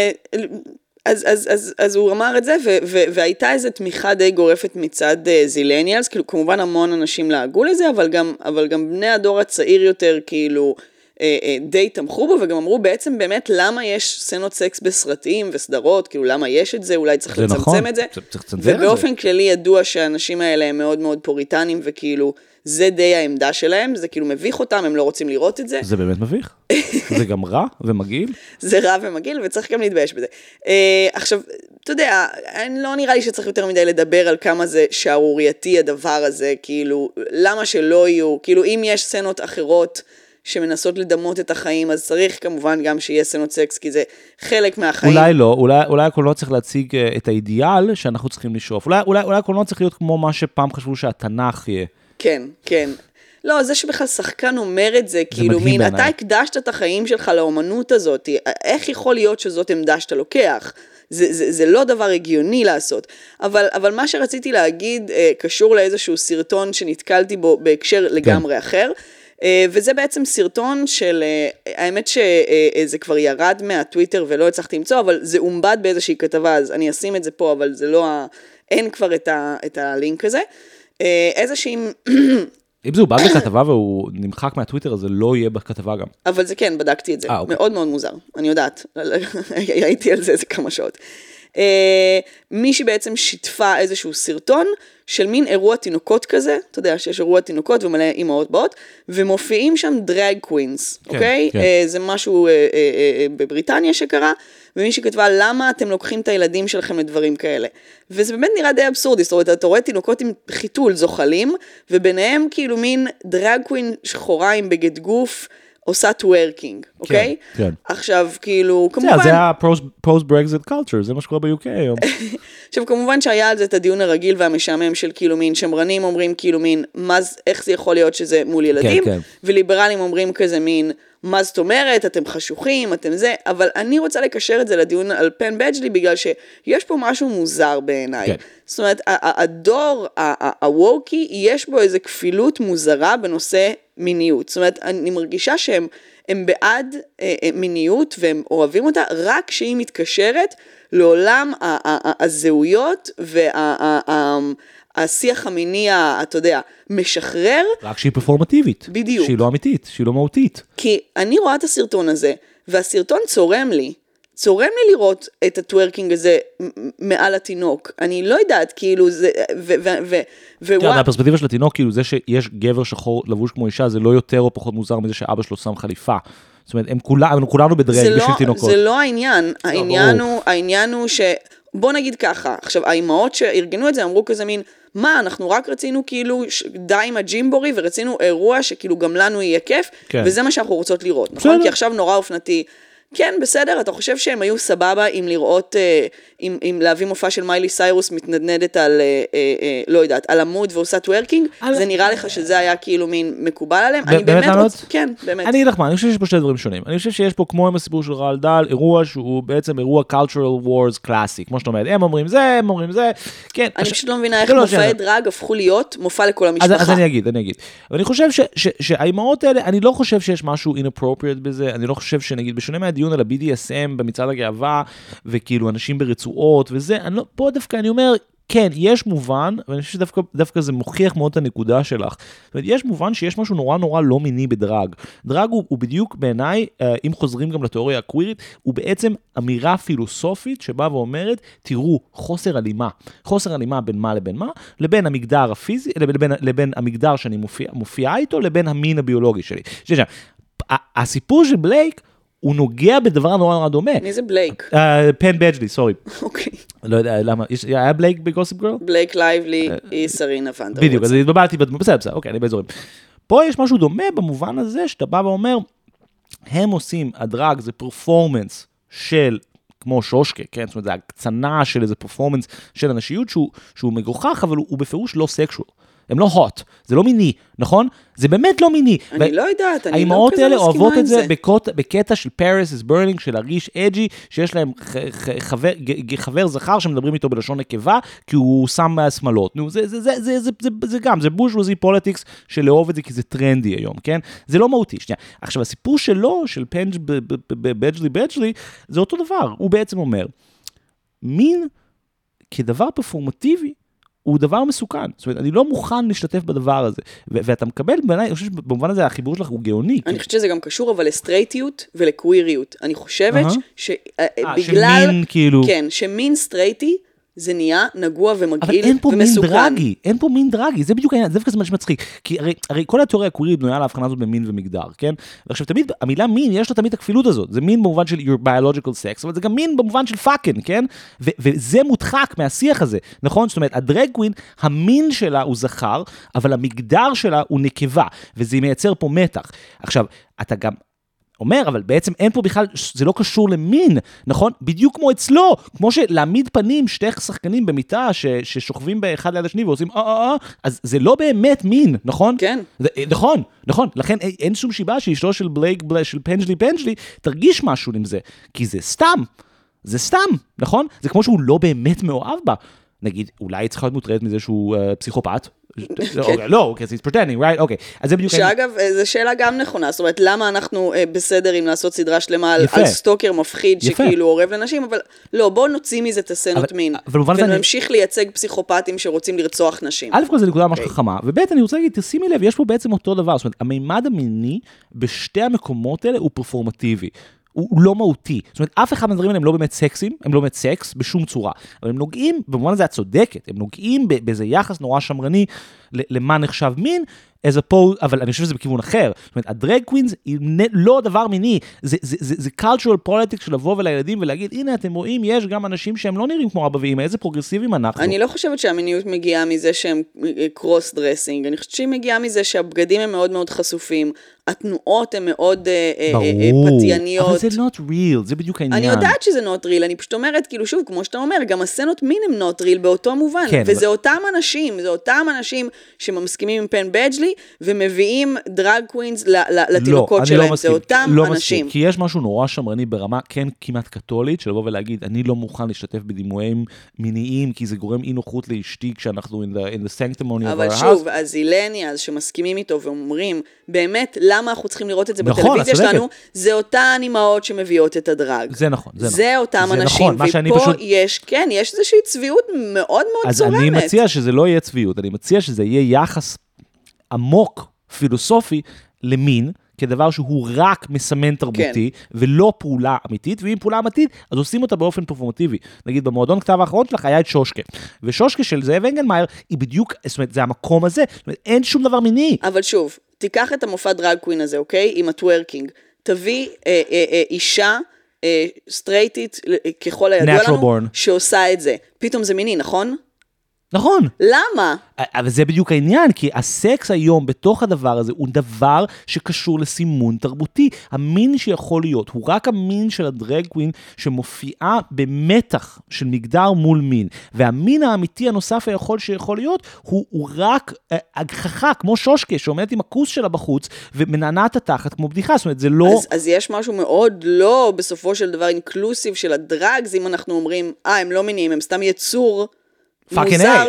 אז הוא אמר את זה, והייתה איזו תמיכה די גורפת מצד זילניאלס, כאילו כמובן המון אנשים לעגו לזה, אבל גם בני הדור הצעיר יותר, כאילו, די תמכו בו, וגם אמרו בעצם באמת למה יש סצנות סקס בסרטים וסדרות, כאילו למה יש את זה, אולי צריך לצמצם את זה, ובאופן כללי ידוע שהאנשים האלה הם מאוד מאוד פוריטנים, וכאילו זה די העמדה שלהם, זה כאילו מביך אותם, הם לא רוצים לראות את זה. זה באמת מביך? זה גם רע ומגעיל? זה רע ומגעיל, וצריך גם להתבייש בזה. עכשיו, אתה יודע, לא נראה לי שצריך יותר מדי לדבר על כמה זה שערורייתי הדבר הזה, כאילו, למה שלא יהיו, כאילו אם יש סצנות אחרות, שמנסות לדמות את החיים, אז צריך כמובן גם שיהיה סצנות סקס, כי זה חלק מהחיים. אולי לא, אולי הקולנוע צריך להציג את האידיאל שאנחנו צריכים לשאוף. אולי הקולנוע צריך להיות כמו מה שפעם חשבו שהתנ"ך יהיה. כן, כן. לא, זה שבכלל שחקן אומר את זה, כאילו מין, אתה הקדשת את החיים שלך לאומנות הזאת, איך יכול להיות שזאת עמדה שאתה לוקח? זה לא דבר הגיוני לעשות. אבל מה שרציתי להגיד, קשור לאיזשהו סרטון שנתקלתי בו בהקשר לגמרי אחר, וזה בעצם סרטון של, האמת שזה כבר ירד מהטוויטר ולא הצלחתי למצוא, אבל זה אומבד באיזושהי כתבה, אז אני אשים את זה פה, אבל זה לא, אין כבר את הלינק הזה. איזושהי אם זה בא בכתבה והוא נמחק מהטוויטר, אז זה לא יהיה בכתבה גם. אבל זה כן, בדקתי את זה. אוקיי. מאוד מאוד מוזר, אני יודעת. הייתי על זה איזה כמה שעות. מישהי בעצם שיתפה איזשהו סרטון של מין אירוע תינוקות כזה, אתה יודע שיש אירוע תינוקות ומלא אימהות באות, ומופיעים שם דרג קווינס, אוקיי? זה משהו בבריטניה שקרה, ומישהי כתבה, למה אתם לוקחים את הילדים שלכם לדברים כאלה? וזה באמת נראה די אבסורדי, זאת אומרת, אתה רואה תינוקות עם חיתול זוחלים, וביניהם כאילו מין דרג קווין שחורה עם בגד גוף, עושה טוורקינג, אוקיי? כן. עכשיו, כאילו, כמובן... זה ה-post-Brexit culture, זה מה שקורה ב-UK היום. עכשיו, כמובן שהיה על זה את הדיון הרגיל והמשעמם של כאילו מין, שמרנים אומרים כאילו מין, איך זה יכול להיות שזה מול ילדים, וליברלים אומרים כזה מין, מה זאת אומרת, אתם חשוכים, אתם זה, אבל אני רוצה לקשר את זה לדיון על פן בג'לי, בגלל שיש פה משהו מוזר בעיניי. כן. זאת אומרת, הדור הווקי, יש בו איזו כפילות מוזרה בנושא מיניות. זאת אומרת, אני מרגישה שהם בעד מיניות, והם אוהבים אותה, רק שהיא מתקשרת לעולם הזהויות השיח המיני, אתה יודע, משחרר. רק שהיא פרפורמטיבית. בדיוק. שהיא לא אמיתית, שהיא לא מהותית. כי אני רואה את הסרטון הזה, והסרטון צורם לי לראות את הטוורקינג הזה מעל התינוק. אני לא יודעת, כאילו זה, כן, הפרספקטיבה של התינוק, כאילו זה שיש גבר שחור לבוש כמו אישה, זה לא יותר או פחות מוזר מזה שאבא שלו שם חליפה. זאת אומרת, כולנו בדרג בשביל תינוקות. זה לא העניין. העניין הוא ש... בוא נגיד ככה, עכשיו, האימהות שארגנו את זה אמרו כזה מין, מה, אנחנו רק רצינו כאילו די עם הג'ימבורי, ורצינו אירוע שכאילו גם לנו יהיה כיף, וזה מה שאנחנו רוצות לראות, נכון? כי עכשיו נורא אופנתי, כן, בסדר, אתה חושב שהם היו סבבה עם לראות, עם להביא מופע של מיילי סיירוס מתנדנדת על, לא יודעת, על עמוד ועושה טוורקינג, זה נראה לך שזה היה כאילו מין מקובל עליהם? אני באמת רוצה, כן, באמת. אני אגיד לך מה, אני חושב שיש פה שתי דברים שונים. אני חושב שיש פה, כמו עם הסיפור של רעל דל, אירוע שהוא בעצם אירוע cultural wars קלאסי, כמו שאתה אומרת, הם אומרים זה, הם אומרים זה, כן. אני פשוט לא מבינה איך מופעי דרג הפכו להיות מופע לכל המשפחה. אז אני אגיד. ואני חושב שהאימהות האלה, אני לא חושב שיש משהו inappropriate בזה, אני לא חושב שנגיד, בשונה מהדיון על ה-BDSM במצעד הגאווה, וכאילו אנשים ברצועות וזה, פה דווקא אני אומר, כן, יש מובן, ואני חושב שדווקא זה מוכיח מאוד את הנקודה שלך. זאת אומרת, יש מובן שיש משהו נורא נורא לא מיני בדרג. דרג הוא בדיוק בעיניי, אם חוזרים גם לתיאוריה הקווירית, הוא בעצם אמירה פילוסופית שבאה ואומרת, תראו, חוסר הלימה בין מה לבין מה, לבין המגדר הפיזי, לבין המגדר שאני מופיעה איתו, לבין המין הביולוגי שלי. הסיפור של בלייק, הוא נוגע בדבר נורא נורא דומה. מי זה בלייק? פן בג'לי, סורי. אוקיי. לא יודע למה, היה בלייק בגוסיפ גרל? בלייק לייבלי היא סרינה פנדרוץ. בדיוק, אז התבלבלתי, בסדר, אוקיי, אני באזורים. פה יש משהו דומה במובן הזה, שאתה בא ואומר, הם עושים, הדרג זה פרפורמנס של, כמו שושקה, כן? זאת אומרת, זה הקצנה של איזה פרפורמנס של אנשיות, שהוא מגוחך, אבל הוא בפירוש לא סקשואל. הם לא hot, זה לא מיני, נכון? זה באמת לא מיני. אני לא יודעת, אני לא כזה מסכימה עם זה. האימהות האלה אוהבות את זה בקטע של Paris is burning, של הריש אג'י, שיש להם חבר זכר שמדברים איתו בלשון נקבה, כי הוא שם מהשמלות. נו, זה גם, זה בוז'ווזי פוליטיקס של לאהוב את זה, כי זה טרנדי היום, כן? זה לא מהותי, שנייה. עכשיו, הסיפור שלו, של פנג' בג'לי, זה אותו דבר. הוא בעצם אומר, מין כדבר פרפורמטיבי, הוא דבר מסוכן. זאת אומרת, אני לא מוכן להשתתף בדבר הזה. ואתה מקבל, אני חושב שבמובן הזה החיבור שלך הוא גאוני. אני חושבת שזה גם קשור, אבל לסטרייטיות ולקוויריות. אני חושבת שבגלל... שמין כאילו... כן, שמין סטרייטי, זה נהיה נגוע ומגעיל אבל אין פה ומסוכן. מין דרגי, אין פה מין דרגי, זה בדיוק העניין, זה דווקא זה מצחיק, כי הרי כל התיאוריה הקווירית בנויה להבחנה הזאת במין ומגדר, כן? ועכשיו תמיד, המילה מין, יש לה תמיד הכפילות הזאת, זה מין במובן של your biological sex, אבל זה גם מין במובן של fucking, כן? וזה מודחק מהשיח הזה, נכון? זאת אומרת, הדרג קווין, המין שלה הוא זכר, אבל המגדר שלה הוא נקבה, וזה מייצר פה מתח. עכשיו, אתה גם אומר, אבל בעצם אין פה בכלל, זה לא קשור למין, נכון? בדיוק כמו אצלו, כמו שלהעמיד פנים שתי שחקנים במיטה ששוכבים באחד ליד השני ועושים אז זה לא באמת מין, נכון? כן. נכון, לכן אין שום שיבה שאשתו של בלייק, של פנג'לי, תרגיש משהו עם זה, כי זה סתם, נכון? זה כמו שהוא לא באמת מאוהב בה. נגיד, אולי היא צריכה להיות מוטרדת מזה שהוא פסיכופת, לא, because he's pretending, right? אוקיי. אז זה בדיוק... שאגב, זו שאלה גם נכונה, זאת אומרת, למה אנחנו בסדר עם לעשות סדרה שלמה על סטוקר מפחיד שכאילו עורב לנשים, אבל לא, בואו נוציא מזה את הסצנות מין, ונמשיך לייצג פסיכופטים שרוצים לרצוח נשים. א' כל זה נקודה ממש חכמה, וב' אני רוצה להגיד, תשימי לב, יש פה בעצם אותו דבר, זאת אומרת, המימד המיני בשתי המקומות האלה הוא פרפורמטיבי. הוא לא מהותי. זאת אומרת, אף אחד מהדברים האלה הם לא באמת סקסים, הם לא באמת סקס בשום צורה. אבל הם נוגעים, במובן הזה את צודקת, הם נוגעים באיזה יחס נורא שמרני למה נחשב מין, אבל אני חושב שזה בכיוון אחר. זאת אומרת, הדרג קווינס היא לא דבר מיני, זה cultural politics של לבוא ולילדים ולהגיד, הנה אתם רואים, יש גם אנשים שהם לא נראים כמו אבא ואמא, איזה פרוגרסיביים אנחנו. אני לא חושבת שהמיניות מגיעה מזה שהם קרוס דרסינג, אני חושבת שהיא מגיעה מזה שהבגדים הם מאוד מאוד חשופים, התנועות הן מאוד פתייניות. אבל זה not real, זה בדיוק העניין. אני יודעת שזה not real, אני פשוט אומרת, כאילו שוב, כמו שאתה אומר, גם הסצנות מין הם not real באותו מובן, כן, וזה אותם אנשים, זה אותם אנשים שמסכימים עם פן בג'לי, ומביאים דרג קווינס לתינוקות שלהם, זה אותם אנשים. כי יש משהו נורא שמרני ברמה, כן כמעט קתולית, של לבוא ולהגיד, אני לא מוכן להשתתף בדימויים מיניים, כי זה גורם אי נוחות לאשתי, כשאנחנו in the sanctimony of our house. אבל שוב, הזילניאז שמסכימים איתו ואומרים, באמת, למה אנחנו צריכים לראות את זה בטלוויזיה שלנו? זה אותן אימהות שמביאות את הדרג. זה נכון. זה אותם אנשים. ופה יש, כן, יש איזושהי צביעות מאוד מאוד צורמת. אז אני מציע שזה לא יהיה צביעות, אני מציע שזה יהיה יחס עמוק, פילוסופי, למין, כדבר שהוא רק מסמן תרבותי, ולא פעולה אמיתית, ואם פעולה אמיתית, אז עושים אותה באופן פרפורמטיבי. נגיד, במועדון כתב האחרון שלך היה את שושקה, ושושקה של זאב אנגלמאייר, היא בדיוק, זאת אומרת, זה המקום הזה, זאת אומרת, אין שום דבר מיני. אבל שוב, תיקח את המופע דרג קווין הזה, אוקיי? עם הטוורקינג. תביא אישה סטרייטית, ככל הידוע לנו, שעושה את זה. פתאום זה מיני, נכון? נכון. למה? אבל זה בדיוק העניין, כי הסקס היום בתוך הדבר הזה הוא דבר שקשור לסימון תרבותי. המין שיכול להיות הוא רק המין של הדרג קווין שמופיעה במתח של מגדר מול מין. והמין האמיתי הנוסף שיכול להיות הוא רק הגחכה, כמו שושקה שעומדת עם הכוס שלה בחוץ ומנענעת התחת כמו בדיחה. זאת אומרת, זה לא... אז יש משהו מאוד לא בסופו של דבר אינקלוסיב של הדרגס, אם אנחנו אומרים, הם לא מינים, הם סתם יצור... מוזר,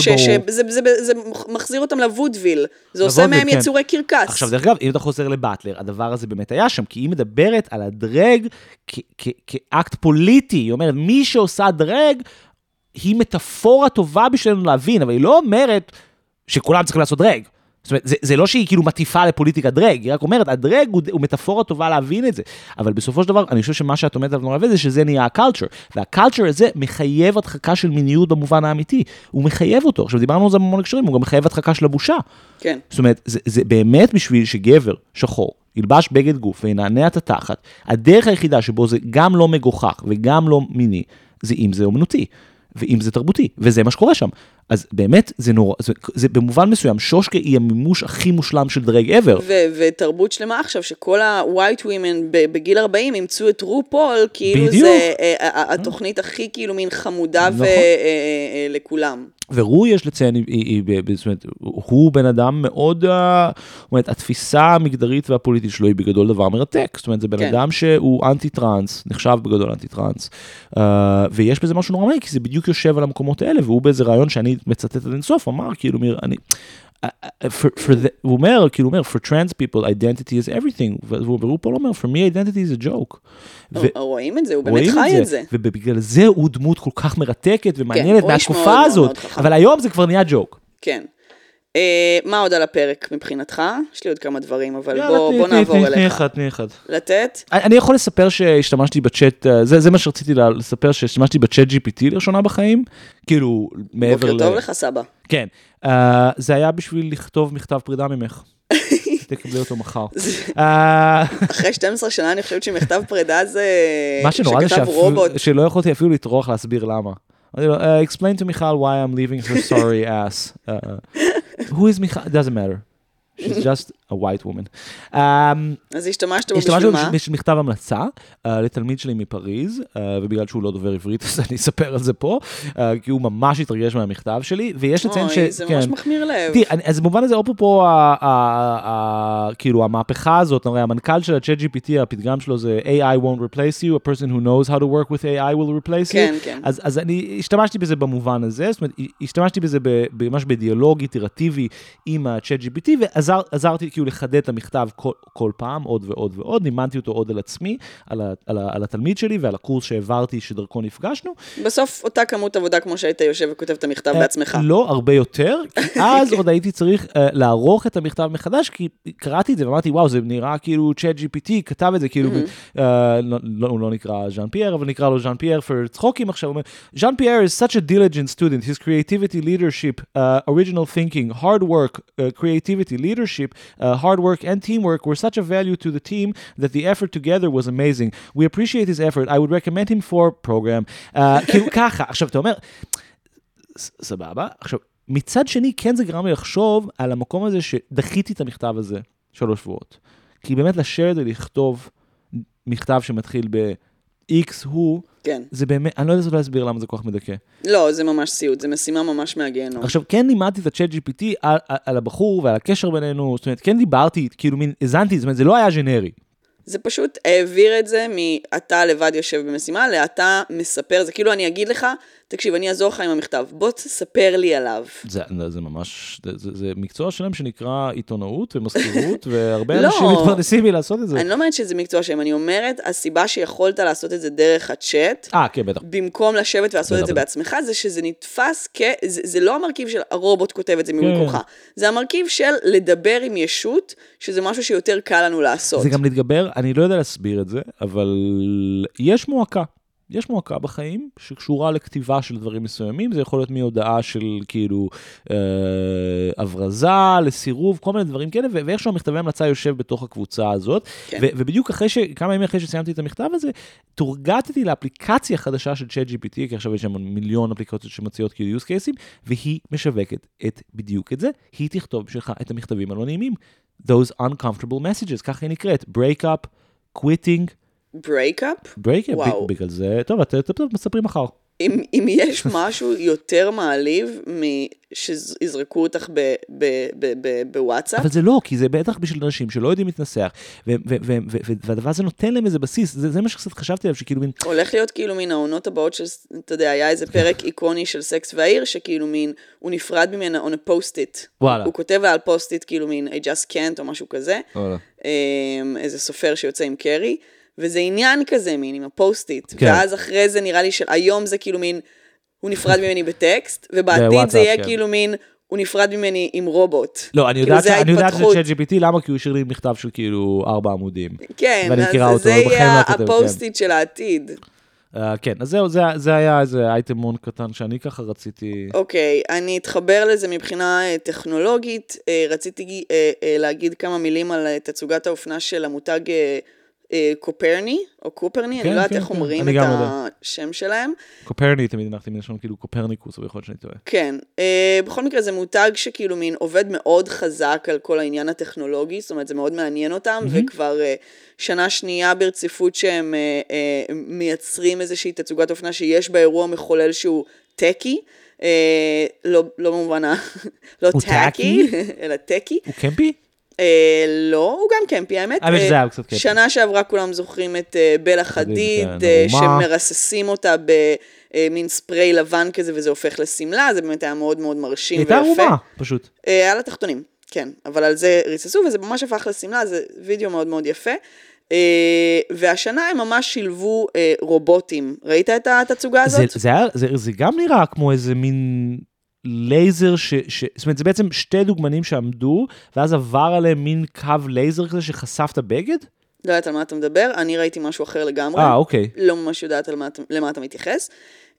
זה מחזיר אותם לוודוויל, זה עושה מהם יצורי קרקס. עכשיו דרך אגב, אם אתה חוזר לבטלר, הדבר הזה באמת היה שם, כי היא מדברת על הדרג כאקט פוליטי, היא אומרת, מי שעושה דרג, היא מטאפורה טובה בשבילנו להבין, אבל היא לא אומרת שכולם צריכים לעשות דרג. זאת אומרת, זה לא שהיא כאילו מטיפה לפוליטיקה דרג, היא רק אומרת, הדרג הוא מטאפורה טובה להבין את זה. אבל בסופו של דבר, אני חושב שמה שאת אומרת נורא זה שזה נהיה הקלצ'ר. והקלצ'ר הזה מחייב הדחקה של מיניות במובן האמיתי. הוא מחייב אותו. עכשיו, דיברנו על זה במון הקשרים, הוא גם מחייב הדחקה של הבושה. כן. זאת אומרת, זה באמת בשביל שגבר שחור, ילבש בגד גוף וינענע את התחת, הדרך היחידה שבו זה גם לא מגוחך וגם לא מיני, זה אם זה אומנותי. ואם זה תרבותי, וזה מה שקורה שם. אז באמת, זה נורא, זה במובן מסוים, שושקה היא המימוש הכי מושלם של דרג ever. ותרבות שלמה עכשיו, שכל ה-white women בגיל 40 ימצאו את רופול, כאילו זה התוכנית הכי כאילו מין חמודה לכולם. ורו יש לציין, זאת אומרת, הוא בן אדם מאוד, זאת אומרת, התפיסה המגדרית והפוליטית שלו היא בגדול דבר מרתק, זאת אומרת, זה בן אדם שהוא אנטי-טרנס, נחשב בגדול אנטי-טרנס, ויש בזה משהו נורא מעניין, כי זה בדיוק יושב על המקומות האלה, והוא באיזה רעיון שאני מצטט עד אינסוף, אמר, כאילו, הוא אומר, כאילו, for trans people, identity is everything, והוא פה לא אומר, for me, identity is a joke. רואים את זה, הוא באמת חי את זה. ובגלל זה הוא דמות כל כך מרתקת ומעניינת מהתקופה הזאת, אבל היום זה כבר נהיה ג'וק. כן. מה עוד על הפרק מבחינתך? יש לי עוד כמה דברים, אבל בוא נעבור אליך. תני אחד. לתת? אני יכול לספר שהשתמשתי בצ'אט, זה מה שרציתי לספר, שהשתמשתי בצ'אט GPT לראשונה בחיים, כאילו מעבר בוקר טוב לך סבא. כן, זה היה בשביל לכתוב מכתב פרידה ממך. תקבלי אותו מחר. אחרי 12 שנה אני חושבת שמכתב פרידה זה שכתב רובוט. שלא יכולתי אפילו לטרוח להסביר למה. Explain to Michal why I'm leaving her sorry ass. Who is Michal? It doesn't matter. She's just a white woman. אז השתמשת בו בשביל מה? השתמשת במכתב המלצה לתלמיד שלי מפריז, ובגלל שהוא לא דובר עברית, אז אני אספר על זה פה, כי הוא ממש התרגש מהמכתב שלי, ויש לציין ש... אוי, זה ממש מחמיר לב. אז במובן הזה, פה, כאילו, המהפכה הזאת, הרי המנכ"ל של ה-ChatGPT, הפתגם שלו זה AI won't replace you, a person who knows how to work with AI will replace you. כן, כן. אז אני השתמשתי בזה במובן הזה, זאת אומרת, השתמשתי בזה ממש בדיאלוג איטרטיבי עם ה-ChatGPT, ועזרתי כאילו לחדד את המכתב כל פעם, עוד ועוד ועוד, נימנתי אותו עוד על עצמי, על התלמיד שלי ועל הקורס שהעברתי שדרכו נפגשנו. בסוף אותה כמות עבודה כמו שהיית יושב וכותב את המכתב בעצמך. לא, הרבה יותר, כי אז עוד הייתי צריך לערוך את המכתב מחדש, כי קראתי את זה ואמרתי, וואו, זה נראה כאילו ChatGPT כתב את זה, כאילו, הוא לא נקרא ז'אן פייר, אבל נקרא לו ז'אן פייר for צחוקים עכשיו, הוא אומר, ז'אן פייר is such a diligent student, his creativity, leadership, original thinking, hard work, creativity, leadership, hard work and teamwork were such a value to the team that the effort together was amazing. We appreciate his effort. I would recommend him for program. כאילו ככה. עכשיו, אתה אומר, סבבה. עכשיו, מצד שני, כן זה גרם לי לחשוב על המקום הזה שדחיתי את המכתב הזה 3 שבועות. כי באמת לשבת ולכתוב מכתב שמתחיל ב-X הוא, כן. זה באמת, אני לא יודע להסביר למה זה כל כך מדכא. לא, זה ממש סיוט, זה משימה ממש מהגיהנום. עכשיו, כן לימדתי את ה-ChatGPT על הבחור ועל הקשר בינינו, זאת אומרת, כן דיברתי, כאילו מין, הזנתי, זאת אומרת, זה לא היה ג'נרי. זה פשוט העביר את זה מאתה לבד יושב במשימה, לאתה מספר, זה כאילו אני אגיד לך, תקשיב, אני אעזור לך עם המכתב, בוא תספר לי עליו. זה ממש, זה מקצוע שלם שנקרא עיתונאות ומזכירות, והרבה אנשים מתפרנסים מלעשות את זה. אני לא אומרת שזה מקצוע שלם, אני אומרת, הסיבה שיכולת לעשות את זה דרך הצ'אט, כן, בטח. במקום לשבת ולעשות את זה בעצמך, זה שזה נתפס זה לא המרכיב של הרובוט כותב את זה ממקומך, זה המרכיב של לדבר עם ישות, שזה משהו שיותר קל לנו לעשות. זה גם להתגבר, אני לא יודע להסביר את זה, אבל יש מועקה. יש מועקה בחיים שקשורה לכתיבה של דברים מסוימים, זה יכול להיות מהודעה של כאילו הברזה, לסירוב, כל מיני דברים כאלה, ואיכשהו המכתבי המלצה יושב בתוך הקבוצה הזאת, כן. ובדיוק כמה ימים אחרי שסיימתי את המכתב הזה, תורגטתי לאפליקציה חדשה של ChatGPT, כי עכשיו יש שם 1,000,000 אפליקציות שמציעות כאילו use cases, והיא משווקת בדיוק את זה, היא תכתוב בשבילך את המכתבים הלא נעימים, those uncomfortable messages, ככה היא נקראת, break up, quitting, break-up? break-up, בגלל זה, טוב, אתם מספרים מחר. אם יש משהו יותר מעליב שיזרקו אותך בוואטסאפ. אבל זה לא, כי זה בטח בשביל אנשים שלא יודעים להתנסח, והדבר הזה נותן להם איזה בסיס, זה מה שקצת חשבתי עליו, שכאילו מין... הולך להיות כאילו מין העונות הבאות של, אתה יודע, היה איזה פרק איקוני של סקס והעיר, שכאילו מין, הוא נפרד ממנה on a post-it. הוא כותב לה על post-it כאילו מין, I just can't או משהו כזה. איזה סופר שיוצא עם קרי. וזה עניין כזה מין, עם הפוסט-איט, כן. ואז אחרי זה נראה לי היום זה כאילו מין, הוא נפרד ממני בטקסט, ובעתיד זה יהיה כן. כאילו מין, הוא נפרד ממני עם רובוט. לא, אני יודעת שזה ChatGPT, למה? כי הוא השאיר לי מכתב של כאילו 4 עמודים. כן, אז זה יהיה הפוסט-איט של העתיד. כן, אז זהו, זה היה איזה אייטמון קטן שאני ככה רציתי... אוקיי, אני אתחבר לזה מבחינה טכנולוגית, רציתי להגיד כמה מילים על תצוגת האופנה של המותג קופרני, או קופרני, אני לא יודעת איך אומרים את השם שלהם. קופרני, תמיד הנחתי מן השם כאילו קופרניקוס, אבל יכול להיות שאני טועה. כן, בכל מקרה זה מותג שכאילו מין עובד מאוד חזק על כל העניין הטכנולוגי, זאת אומרת זה מאוד מעניין אותם, וכבר שנה שנייה ברציפות שהם מייצרים איזושהי תצוגת אופנה שיש בה אירוע מחולל שהוא טקי, לא במובן לא טקי, אלא טקי. הוא קמפי? לא, הוא גם קמפי, האמת. שנה שעברה כולם זוכרים את בלה חדיד, שמרססים אותה במין ספרי לבן כזה, וזה הופך לסמלה, זה באמת היה מאוד מאוד מרשים ויפה. הייתה ערומה, פשוט. על התחתונים, כן, אבל על זה ריססו, וזה ממש הפך לסמלה, זה וידאו מאוד מאוד יפה. והשנה הם ממש שילבו רובוטים. ראית את התצוגה הזאת? זה גם נראה כמו איזה מין... לייזר זאת אומרת, זה בעצם 2 דוגמנים שעמדו, ואז עבר עליהם מין קו לייזר כזה שחשף את הבגד? לא יודעת על מה אתה מדבר, אני ראיתי משהו אחר לגמרי. אוקיי. לא ממש יודעת למה אתה מתייחס.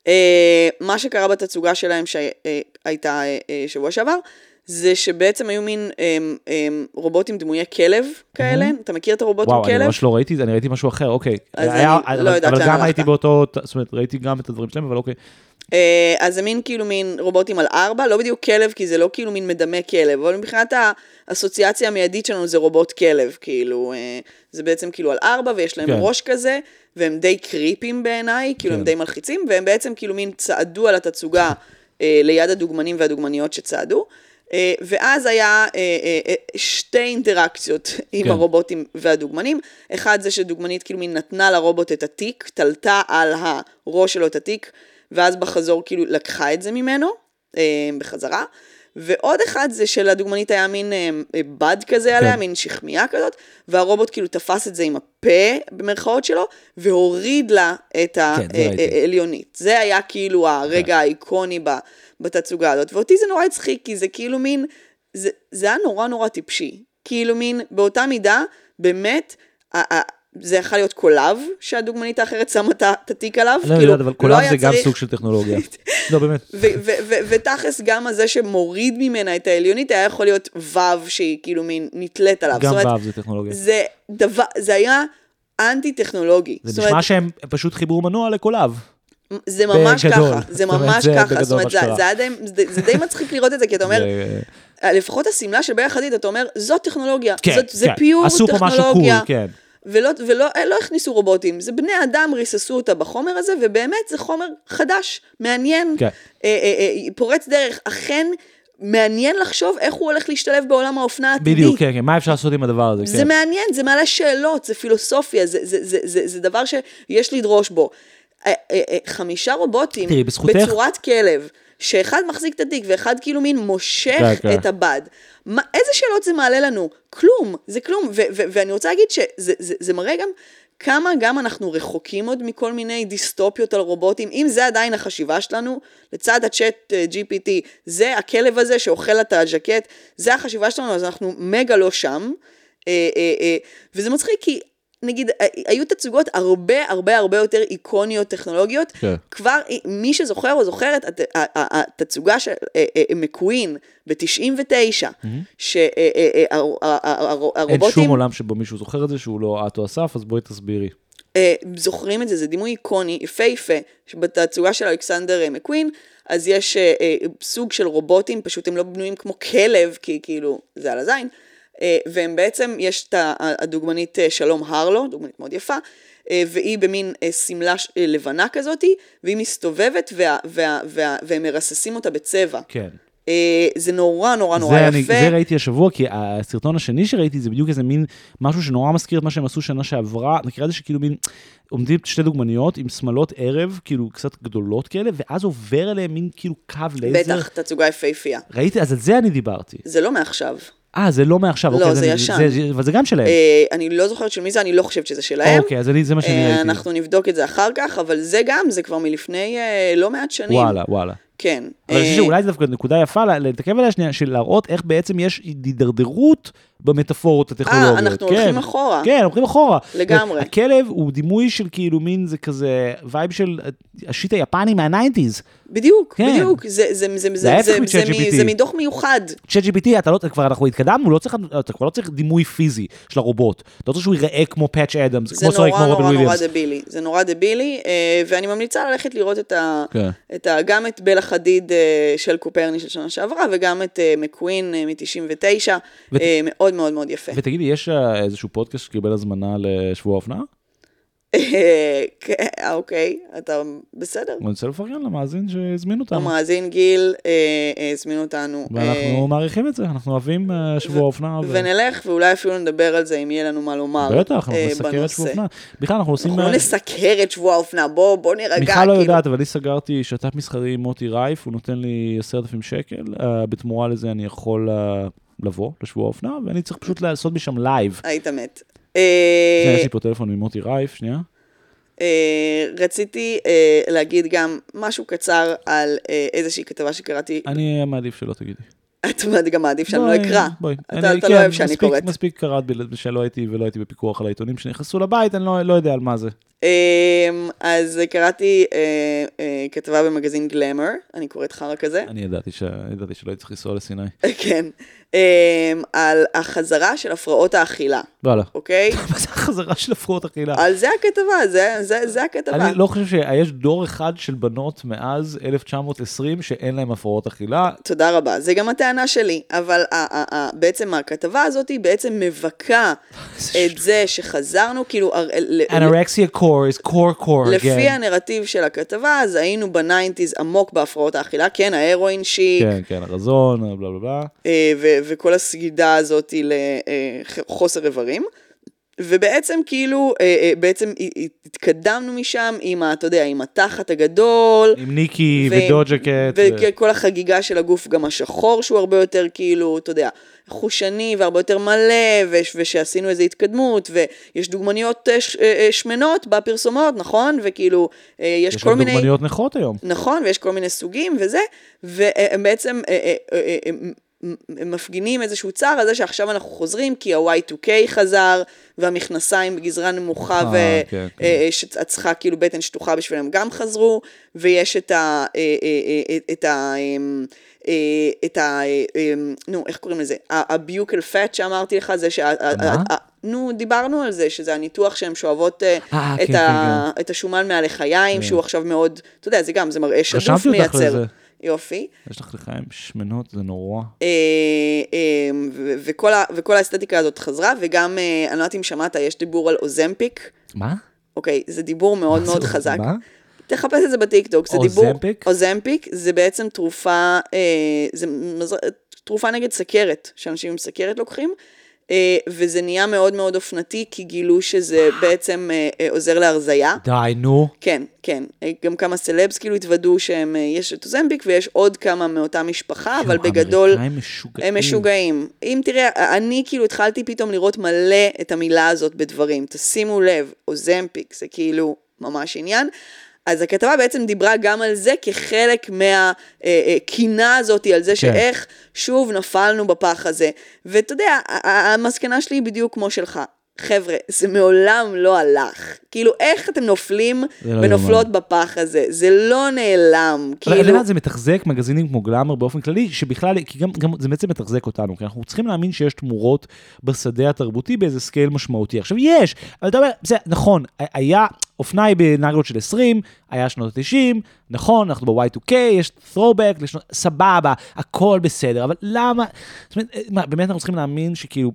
מה שקרה בתצוגה שלהם שהייתה שבוע שעבר, זה שבעצם היו מין רובוטים דמויי כלב כאלה. אתה מכיר את הרובוטים כלב? וואו, אני ממש לא ראיתי, אני ראיתי משהו אחר, אוקיי. אז אני לא יודעת אבל גם הייתי באותו, זאת אומרת, ראיתי גם את הדברים שלהם, אבל אוקיי. אז זה מין כאילו מין רובוטים על 4, לא בדיוק כלב, כי זה לא כאילו מין מדמה כלב, אבל מבחינת האסוציאציה המיידית שלנו זה רובוט כלב, כאילו, זה בעצם כאילו על 4, ויש להם ראש כזה, והם די קריפים בעיניי, כאילו הם די מלחיצים, והם בעצם כאילו מין צעדו על התצוגה ליד הדוגמנים והדוגמניות שצעדו, ואז היה שתי אינטראקציות עם הרובוטים והדוגמנים. אחד זה שדוגמנית כאילו מין נתנה לרובוט את התיק, תלתה על הראש שלו את התיק, ואז בחזור כאילו לקחה את זה ממנו בחזרה. ועוד אחד זה שלדוגמנית היה מין בד כזה עליה, מין שכמיה כזאת, והרובוט כאילו תפס את זה עם הפה במרכאות שלו, והוריד לה את העליונית. זה היה כאילו הרגע האיקוני בתצוגה הזאת, ואותי זה נורא הצחיק, כי זה כאילו מין, זה היה נורא נורא טיפשי, כאילו מין, באותה מידה, באמת, זה יכול להיות קולב, שהדוגמנית האחרת שמה את התיק עליו, לא יודעת, אבל קולב זה גם סוג של טכנולוגיה. לא, באמת. ותכלס גם הזה שמוריד ממנה את העליונית, היה יכול להיות וו שהיא כאילו מין נתלת עליו. גם וו זה טכנולוגיה. זה היה אנטי-טכנולוגי. זה נשמע שהם פשוט חיברו מנוע לקולב. זה ממש ככה, זה ממש ככה, זאת אומרת, זה די מצחיק לראות את זה, כי אתה אומר, לפחות הסמלה של ביחד, אתה אומר, זאת טכנולוגיה, זה פיור טכנולוגיה, ולא הכניסו רובוטים, זה בני אדם ריססו אותה בחומר הזה, ובאמת זה חומר חדש, מעניין, פורץ דרך, אכן מעניין לחשוב איך הוא הולך להשתלב בעולם האופנה העתידי. בדיוק, כן, מה אפשר לעשות עם הדבר הזה? זה מעניין, זה מעלה שאלות, זה פילוסופיה, זה דבר שיש לדרוש בו. 5 רובוטים בצורת כלב, שאחד מחזיק את התיק, ואחד כאילו מין מושך את הבד. איזה שאלות זה מעלה לנו? כלום, זה כלום. ואני רוצה להגיד שזה מראה גם כמה גם אנחנו רחוקים עוד מכל מיני דיסטופיות על רובוטים. אם זה עדיין החשיבה שלנו, לצד הצ'אט GPT, זה הכלב הזה שאוכל את הג'קט, זה החשיבה שלנו, אז אנחנו מגה לא שם. וזה מצחיק כי נגיד, היו תצוגות הרבה יותר איקוניות טכנולוגיות, כבר מי שזוכר או זוכרת, התצוגה של מקווין ב-99, שהרובוטים... אין שום עולם שבו מישהו זוכר את זה, שהוא לא אטו אסף, אז בואי תסבירי. זוכרים את זה, זה דימוי איקוני, יפה, שבתצוגה של אלכסנדר מקווין, אז יש סוג של רובוטים, פשוט הם לא בנויים כמו כלב, כי כאילו זה על הזין, והם בעצם, יש את הדוגמנית שלום הרלו, דוגמנית מאוד יפה, והיא במין סמלה לבנה כזאת, והיא מסתובבת והם מרססים אותה בצבע. כן. זה נורא יפה. זה ראיתי השבוע, כי הסרטון השני שראיתי, זה בדיוק איזה מין משהו שנורא מזכיר את מה שהם עשו שנה שעברה, נקרא את זה שכאילו מין, עומדים שתי דוגמניות עם שמלות ערב, כאילו קצת גדולות כאלה, ואז עובר אליהם מין כאילו קו לייזר. בטח, תצוגה יפהפייה. ראיתי, אז על זה אני דיברתי. זה לא מעכשיו. זה לא מעכשיו. לא, זה ישן. אבל זה גם שלהם. אני לא זוכרת של מי זה, אני לא חושבת שזה שלהם. אוקיי, אז זה מה שאני ראיתי. אנחנו נבדוק את זה אחר כך, אבל זה גם, זה כבר מלפני לא מעט שנים. וואלה. כן. אבל אני חושב שאולי זה דווקא נקודה יפה, לתקף עליה שנייה, של להראות איך בעצם יש הידרדרות במטאפורות הטכנולוגיות. אנחנו הולכים אחורה. כן, הולכים אחורה. לגמרי. הכלב הוא דימוי של כאילו מין, זה כזה וייב של השיט היפני מה-90s. בדיוק. זה מדוח מיוחד. צ'אט GPT, כבר אנחנו התקדמנו, אתה כבר לא צריך דימוי פיזי של הרובוט. אתה רוצה שהוא ייראה כמו פאץ' אדמס, כמו נורא דבילי. זה נורא דבילי, ואני ממליצה ללכת לראות גם את בלה חדיד של קופרני של שנה שעברה, וגם את מקווין מ-99, מאוד מאוד מאוד יפה. ותגידי, יש איזשהו פודקאסט שקיבל הזמנה לשבוע האופנה? אוקיי, אתה בסדר. אני רוצה לפרגן למאזין שהזמין אותנו. המאזין גיל הזמין אותנו. ואנחנו מעריכים את זה, אנחנו אוהבים שבוע האופנה. ונלך, ואולי אפילו נדבר על זה, אם יהיה לנו מה לומר בנושא. בטח, אנחנו נסקר את שבוע האופנה. בכלל, אנחנו עושים... אנחנו לא נסקר את שבוע האופנה, בוא נרגע. מיכל לא יודעת, אבל אני סגרתי שת"פ מסחרי עם מוטי רייף, הוא נותן לי 10,000 שקל, בתמורה לזה אני יכול לבוא לשבוע האופנה, ואני צריך פשוט לעשות משם לייב. היית מת. יש לי פה טלפון ממוטי רייף, שנייה. רציתי להגיד גם משהו קצר על איזושהי כתבה שקראתי. אני מעדיף שלא תגידי. את גם מעדיף שאני לא אקרא. אתה לא אוהב שאני קוראת. מספיק קראת שלא הייתי ולא הייתי בפיקוח על העיתונים שנכנסו לבית, אני לא יודע על מה זה. אז קראתי כתבה במגזין גלמר, אני קוראת חרא כזה. אני ידעתי שלא צריך לנסוע לסיני. כן. על החזרה של הפרעות האכילה. וואלה. אוקיי? מה זה החזרה של הפרעות אכילה? על זה הכתבה, זה הכתבה. אני לא חושב שיש דור אחד של בנות מאז 1920 שאין להם הפרעות אכילה. תודה רבה, זה גם הטענה שלי, אבל בעצם הכתבה הזאת היא בעצם מבקה את זה שחזרנו, כאילו... Anorexia core is core לפי הנרטיב של הכתבה, אז היינו ב-90s עמוק בהפרעות האכילה, כן, ההרואין שיק. כן, הרזון, בלה בלה בלה. וכל הסגידה הזאת לחוסר איברים. ובעצם כאילו, בעצם התקדמנו משם עם, אתה יודע, עם התחת הגדול. עם ניקי ודוג'ה קט. וכל החגיגה של הגוף, גם השחור שהוא הרבה יותר כאילו, אתה יודע, חושני והרבה יותר מלא, ושעשינו איזו התקדמות, ויש דוגמניות שמנות בפרסומות, נכון? וכאילו, יש כל מיני... יש דוגמניות נכות היום. נכון, ויש כל מיני סוגים וזה, והם בעצם... מפגינים איזשהו צער על זה שעכשיו אנחנו חוזרים, כי ה-Y2K חזר, והמכנסיים בגזרה נמוכה, והצחה כאילו בטן שטוחה בשבילם גם חזרו, ויש נו, איך קוראים לזה? הביוקל פאט שאמרתי לך, זה נו, דיברנו על זה, שזה הניתוח שהן שואבות את השומן מהלחיים, שהוא עכשיו מאוד, אתה יודע, זה גם, זה מראה שדוף מייצר. יופי. יש לך לחיים שמנות, זה נורא. וכל האסתטיקה הזאת חזרה, וגם, אני לא יודעת אם שמעת, יש דיבור על אוזמפיק. מה? אוקיי, זה דיבור מאוד מאוד חזק. מה? תחפש את זה בטיקטוק. אוזמפיק? אוזמפיק זה בעצם תרופה נגד סכרת, שאנשים עם סכרת לוקחים, וזה נהיה מאוד מאוד אופנתי, כי גילו שזה בעצם עוזר להרזיה. די, נו. כן, כן. גם כמה סלבס כאילו התוודעו שיש את אוזמפיק, ויש עוד כמה מאותה משפחה, אבל בגדול... הם משוגעים. אם תראה, אני כאילו התחלתי פתאום לראות מלא את המילה הזאת בדברים. תשימו לב, אוזמפיק, זה כאילו ממש עניין. אז הכתבה בעצם דיברה גם על זה כחלק מהקינה הזאת, על זה שאיך שוב נפלנו בפח הזה. ואתה יודע, המסקנה שלי היא בדיוק כמו שלך. חבר'ה, זה מעולם לא הלך. כאילו, איך אתם נופלים ונופלות בפח הזה? זה לא נעלם. כאילו... זה מתחזק מגזינים כמו גלאמר באופן כללי, שבכלל, כי גם זה בעצם מתחזק אותנו, כי אנחנו צריכים להאמין שיש תמורות בשדה התרבותי באיזה סקייל משמעותי. עכשיו, יש, אבל אתה אומר, זה נכון, היה אופנאי בנגלות של 20, היה שנות ה-90, נכון, אנחנו ב-Y2K, יש throwback, סבבה, הכל בסדר, אבל למה? זאת אומרת, באמת אנחנו צריכים להאמין שכאילו,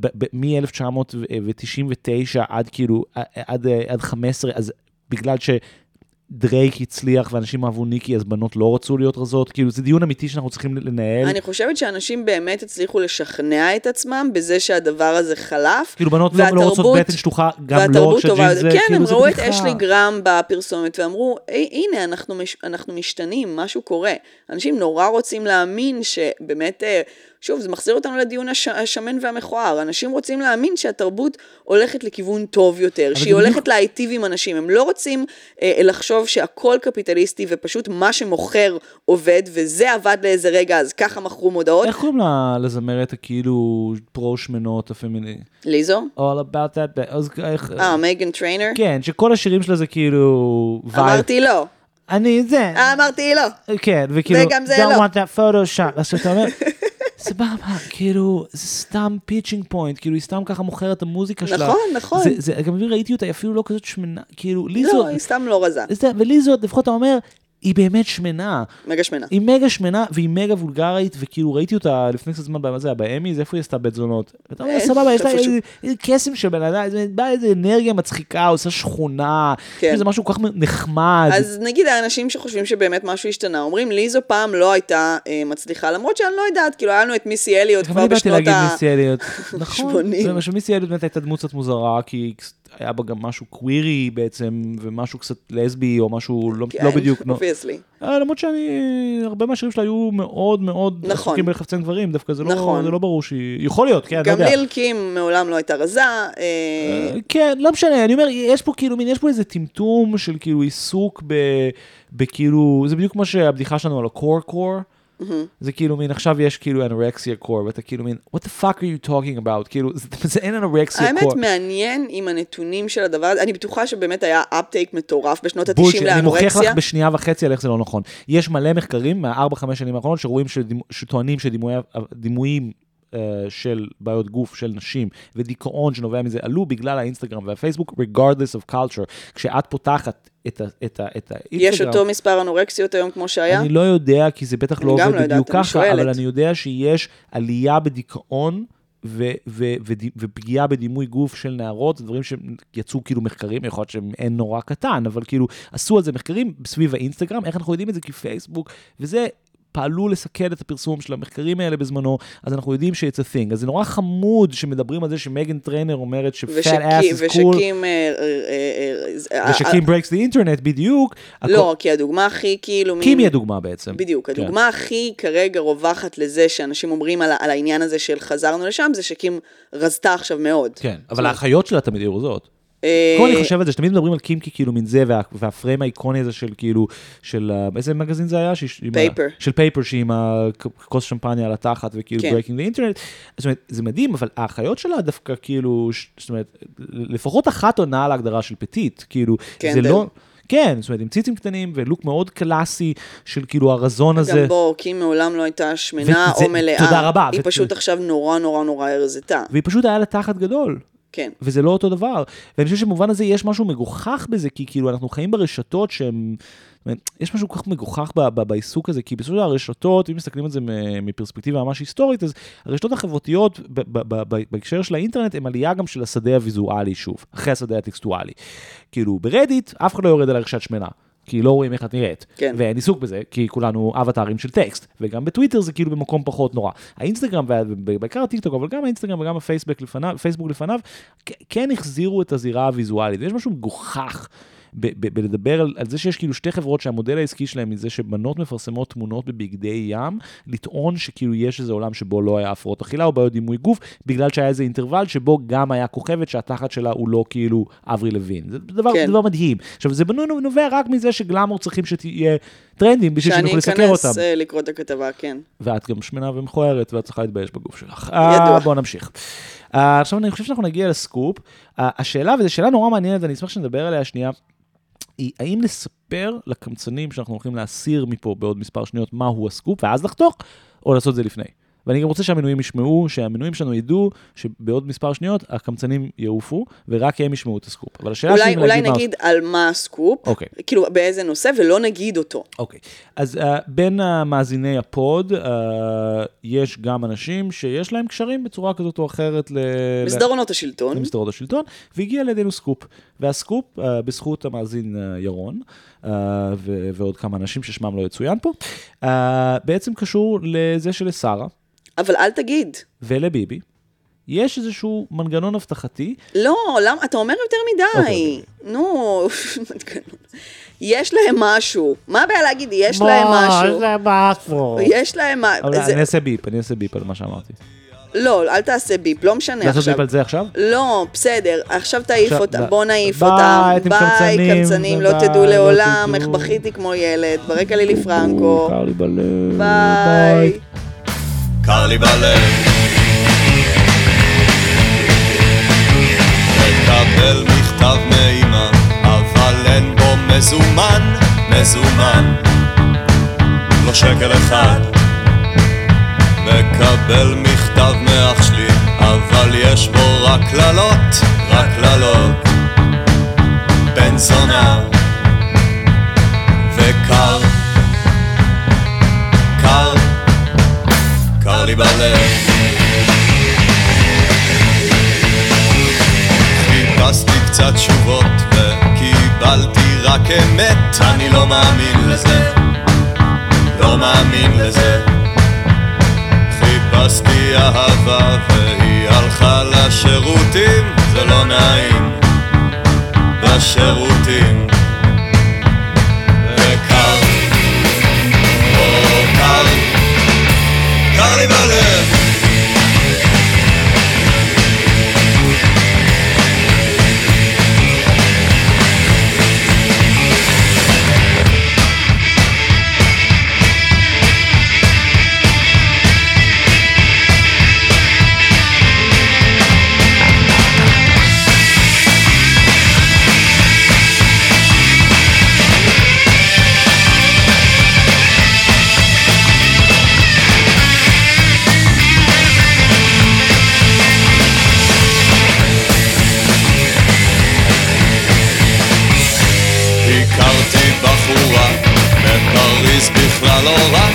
מ-1999 עד כאילו, עד 15, אז בגלל שדרייק הצליח ואנשים אהבו ניקי, אז בנות לא רצו להיות רזות, כאילו זה דיון אמיתי שאנחנו צריכים לנהל. אני חושבת שאנשים באמת הצליחו לשכנע את עצמם בזה שהדבר הזה חלף. כאילו בנות לא רוצות בטן שטוחה, גם לא שג'ינס זה, כן, הם ראו את אשלי גרם בפרסומת ואמרו, הנה, אנחנו משתנים, משהו קורה. אנשים נורא רוצים להאמין שבאמת... שוב, זה מחזיר אותנו לדיון השמן והמכוער. אנשים רוצים להאמין שהתרבות הולכת לכיוון טוב יותר, שהיא הולכת להיטיב עם אנשים. הם לא רוצים לחשוב שהכל קפיטליסטי ופשוט מה שמוכר עובד, וזה עבד לאיזה רגע, אז ככה מכרו מודעות. איך קוראים לזמרת הכאילו פרו שמנות הפמיני? ליזו? All about that. מייגן טריינר? כן, שכל השירים שלה זה כאילו... אמרתי לא. אני זה. אמרתי לא. כן, וכאילו... וגם זה לא. Don't want that photoshop. אז אתה אומר... סבבה, כאילו, זה סתם פיצ'ינג פוינט, כאילו, היא סתם ככה מוכרת את המוזיקה שלה. נכון, נכון. גם ראיתי אותה, היא אפילו לא כזאת שמנה, כאילו, ליזו... לא, היא סתם לא רזה. וליזו, לפחות אתה אומר, היא באמת שמנה. מגה שמנה. היא מגה שמנה, והיא מגה וולגרית, וכאילו, ראיתי אותה לפני קצת זמן, במה זה, באמי, זה איפה היא עשתה בית זונות? ואתה אומר, סבבה, יש לה איזה קסם של בן אדם, באה איזה אנרגיה מצחיקה, עושה שכונה, זה משהו כל כך נחמד. אז נגיד, האנשים שחושבים שבאמת משהו השתנה, אומרים, ליזו פעם לא הייתה מצליחה, למרות שאני לא יודעת, כאילו, היה לנו את מיסי אליוט כבר בשנות נכון, מיסי אליוט באמת הייתה דמות קצת מוזרה, כי היה בה גם משהו קווירי בעצם, ומשהו קצת לסבי, או משהו לא בדיוק. למרות הרבה מהשירים שלה היו מאוד מאוד עסוקים בלחפצן גברים, דווקא זה לא ברור שהיא... יכול להיות, כן, גם ליל קים מעולם לא הייתה רזה. כן, לא משנה, אני אומר, יש פה כאילו, יש פה איזה טמטום של כאילו עיסוק בכאילו, זה בדיוק כמו שהבדיחה שלנו על הקור-קור, זה כאילו מין, עכשיו יש כאילו אנורקסיה קור, ואתה כאילו מין, what the fuck are you talking about? כאילו, זה אין אנורקסיה קור. האמת מעניין עם הנתונים של הדבר הזה, אני בטוחה שבאמת היה אפטייק מטורף בשנות ה-90 לאנורקסיה. אני מוכיח לך בשנייה וחצי על איך זה לא נכון. יש מלא מחקרים מה-4-5 שנים האחרונות, שטוענים שדימויים של בעיות גוף של נשים ודיכאון שנובע מזה עלו בגלל האינסטגרם והפייסבוק, regardless of culture. כשאת פותחת את האינסטגרם... יש אותו מספר אנורקסיות היום כמו שהיה? אני לא יודע, כי זה בטח לא עובד בדיוק ככה, שואלת. אבל אני יודע שיש עלייה בדיכאון ופגיעה בדימוי גוף של נערות, דברים שיצאו כאילו מחקרים, יכול להיות שאין נורא קטן, אבל כאילו עשו על זה מחקרים סביב האינסטגרם, איך אנחנו יודעים את זה? כי פייסבוק, וזה... פעלו לסכד את הפרסום של המחקרים האלה בזמנו, אז אנחנו יודעים ש-it's a thing. אז זה נורא חמוד שמדברים על זה שמגן טריינר אומרת ש-fat ass is cool. ושקים breaks the internet, בדיוק. לא, כי הדוגמה הכי כאילו... קים היא הדוגמה בעצם. בדיוק, הדוגמה הכי כרגע רווחת לזה שאנשים אומרים על העניין הזה של חזרנו לשם, זה שקים רזתה עכשיו מאוד. כן, אבל האחיות שלה תמיד יראו זאת. כל אני חושב על זה, שתמיד מדברים על קים כאילו מן זה, והפריים האיקוני הזה של כאילו, של איזה מגזין זה היה? פייפר. של פייפר, שעם הכוס שמפניה על התחת, וכאילו breaking the internet. זאת אומרת, זה מדהים, אבל האחיות שלה דווקא כאילו, זאת אומרת, לפחות אחת עונה על ההגדרה של פטיט, כאילו, זה לא... כן, זאת אומרת, עם ציצים קטנים ולוק מאוד קלאסי של כאילו הרזון הזה. גם בו, קים מעולם לא הייתה שמנה או מלאה. תודה רבה. היא פשוט עכשיו נורא נורא נורא הרזתה. והיא פשוט היה לה תחת גדול. כן. וזה לא אותו דבר. ואני חושב שבמובן הזה יש משהו מגוחך בזה, כי כאילו אנחנו חיים ברשתות שהן... יש משהו כל כך מגוחך בעיסוק הזה, כי בסופו של הרשתות, אם מסתכלים על זה מפרספקטיבה ממש היסטורית, אז הרשתות החברתיות בהקשר של האינטרנט, הם עלייה גם של השדה הוויזואלי, שוב, אחרי השדה הטקסטואלי. כאילו, ברדיט, אף אחד לא יורד על הרכשת שמנה. כי לא רואים איך את נראית, כן. ואין עיסוק בזה, כי כולנו אבטרים של טקסט, וגם בטוויטר זה כאילו במקום פחות נורא. האינסטגרם, ובעיקר הטיקטוק, אבל גם האינסטגרם וגם הפייסבוק לפניו, כן החזירו את הזירה הוויזואלית, ויש משהו מגוחך בלדבר על זה שיש כאילו שתי חברות שהמודל העסקי שלהם מזה שבנות מפרסמות תמונות בבגדי ים, לטעון שכאילו יש איזה עולם שבו לא היה הפרעות אכילה או בעיות דימוי גוף, בגלל שהיה איזה אינטרוול שבו גם היה כוכבת שהתחת שלה הוא לא כאילו אברי לוין. זה דבר מדהים. עכשיו, זה נובע רק מזה שגלאמור צריכים שתהיה טרנדים בשביל שנוכל לסקר אותם. שאני אכנס לקרוא את הכתבה, כן. ואת גם שמנה ומכוערת, ואת צריכה להתבייש בגוף שלך. ידוע. בואו נמשיך. עכשיו אני חושב שאנחנו נגיע לסקופ. השאלה, וזו שאלה נורא מעניינת, אני אשמח שנדבר עליה שנייה, היא האם נספר לקמצנים שאנחנו הולכים להסיר מפה בעוד מספר שניות מהו הסקופ, ואז לחתוך, או לעשות זה לפני. ואני גם רוצה שהמנויים ישמעו, שהמנויים שלנו ידעו שבעוד מספר שניות הקמצנים יעופו, ורק הם ישמעו את הסקופ. אבל השאלה שלי... אולי נגיד על מה הסקופ, כאילו באיזה נושא, ולא נגיד אותו. אוקיי. אז בין מאזיני הפוד, יש גם אנשים שיש להם קשרים בצורה כזאת או אחרת מסדרונות השלטון. למסדרונות השלטון, והגיע לידינו סקופ. והסקופ, בזכות המאזין ירון, ועוד כמה אנשים ששמם לא יצוין פה, בעצם קשור לזה של שרה. אבל אל תגיד. ולביבי. יש איזשהו מנגנון הבטחתי. לא, למה? אתה אומר יותר מדי. נו, יש להם משהו. מה הבעיה להגיד? יש להם משהו. יש להם משהו. יש להם משהו. אני אעשה ביפ על מה שאמרתי. לא, אל תעשה ביפ, לא משנה עכשיו. לעשות ביפ על זה עכשיו? לא, בסדר, עכשיו תעיף אותם, בוא נעיף אותם. ביי, קמצנים, לא תדעו לעולם, איך בכיתי כמו ילד, ברקע לילי פרנקו. קר לי בלב. ביי. קר לי בלב. לקבל מכתב מאמא, אבל אין בו מזומן, לא שקל אחד. מקבל מכתב מאח שלי, אבל יש בו רק קללות, בן זונה וקר, קר לי בלב. חיפשתי קצת תשובות וקיבלתי רק אמת, אני לא מאמין לזה. חיפשתי אהבה והיא הלכה לשירותים, זה לא נעים בשירותים. וקר, קר לי בלב. לא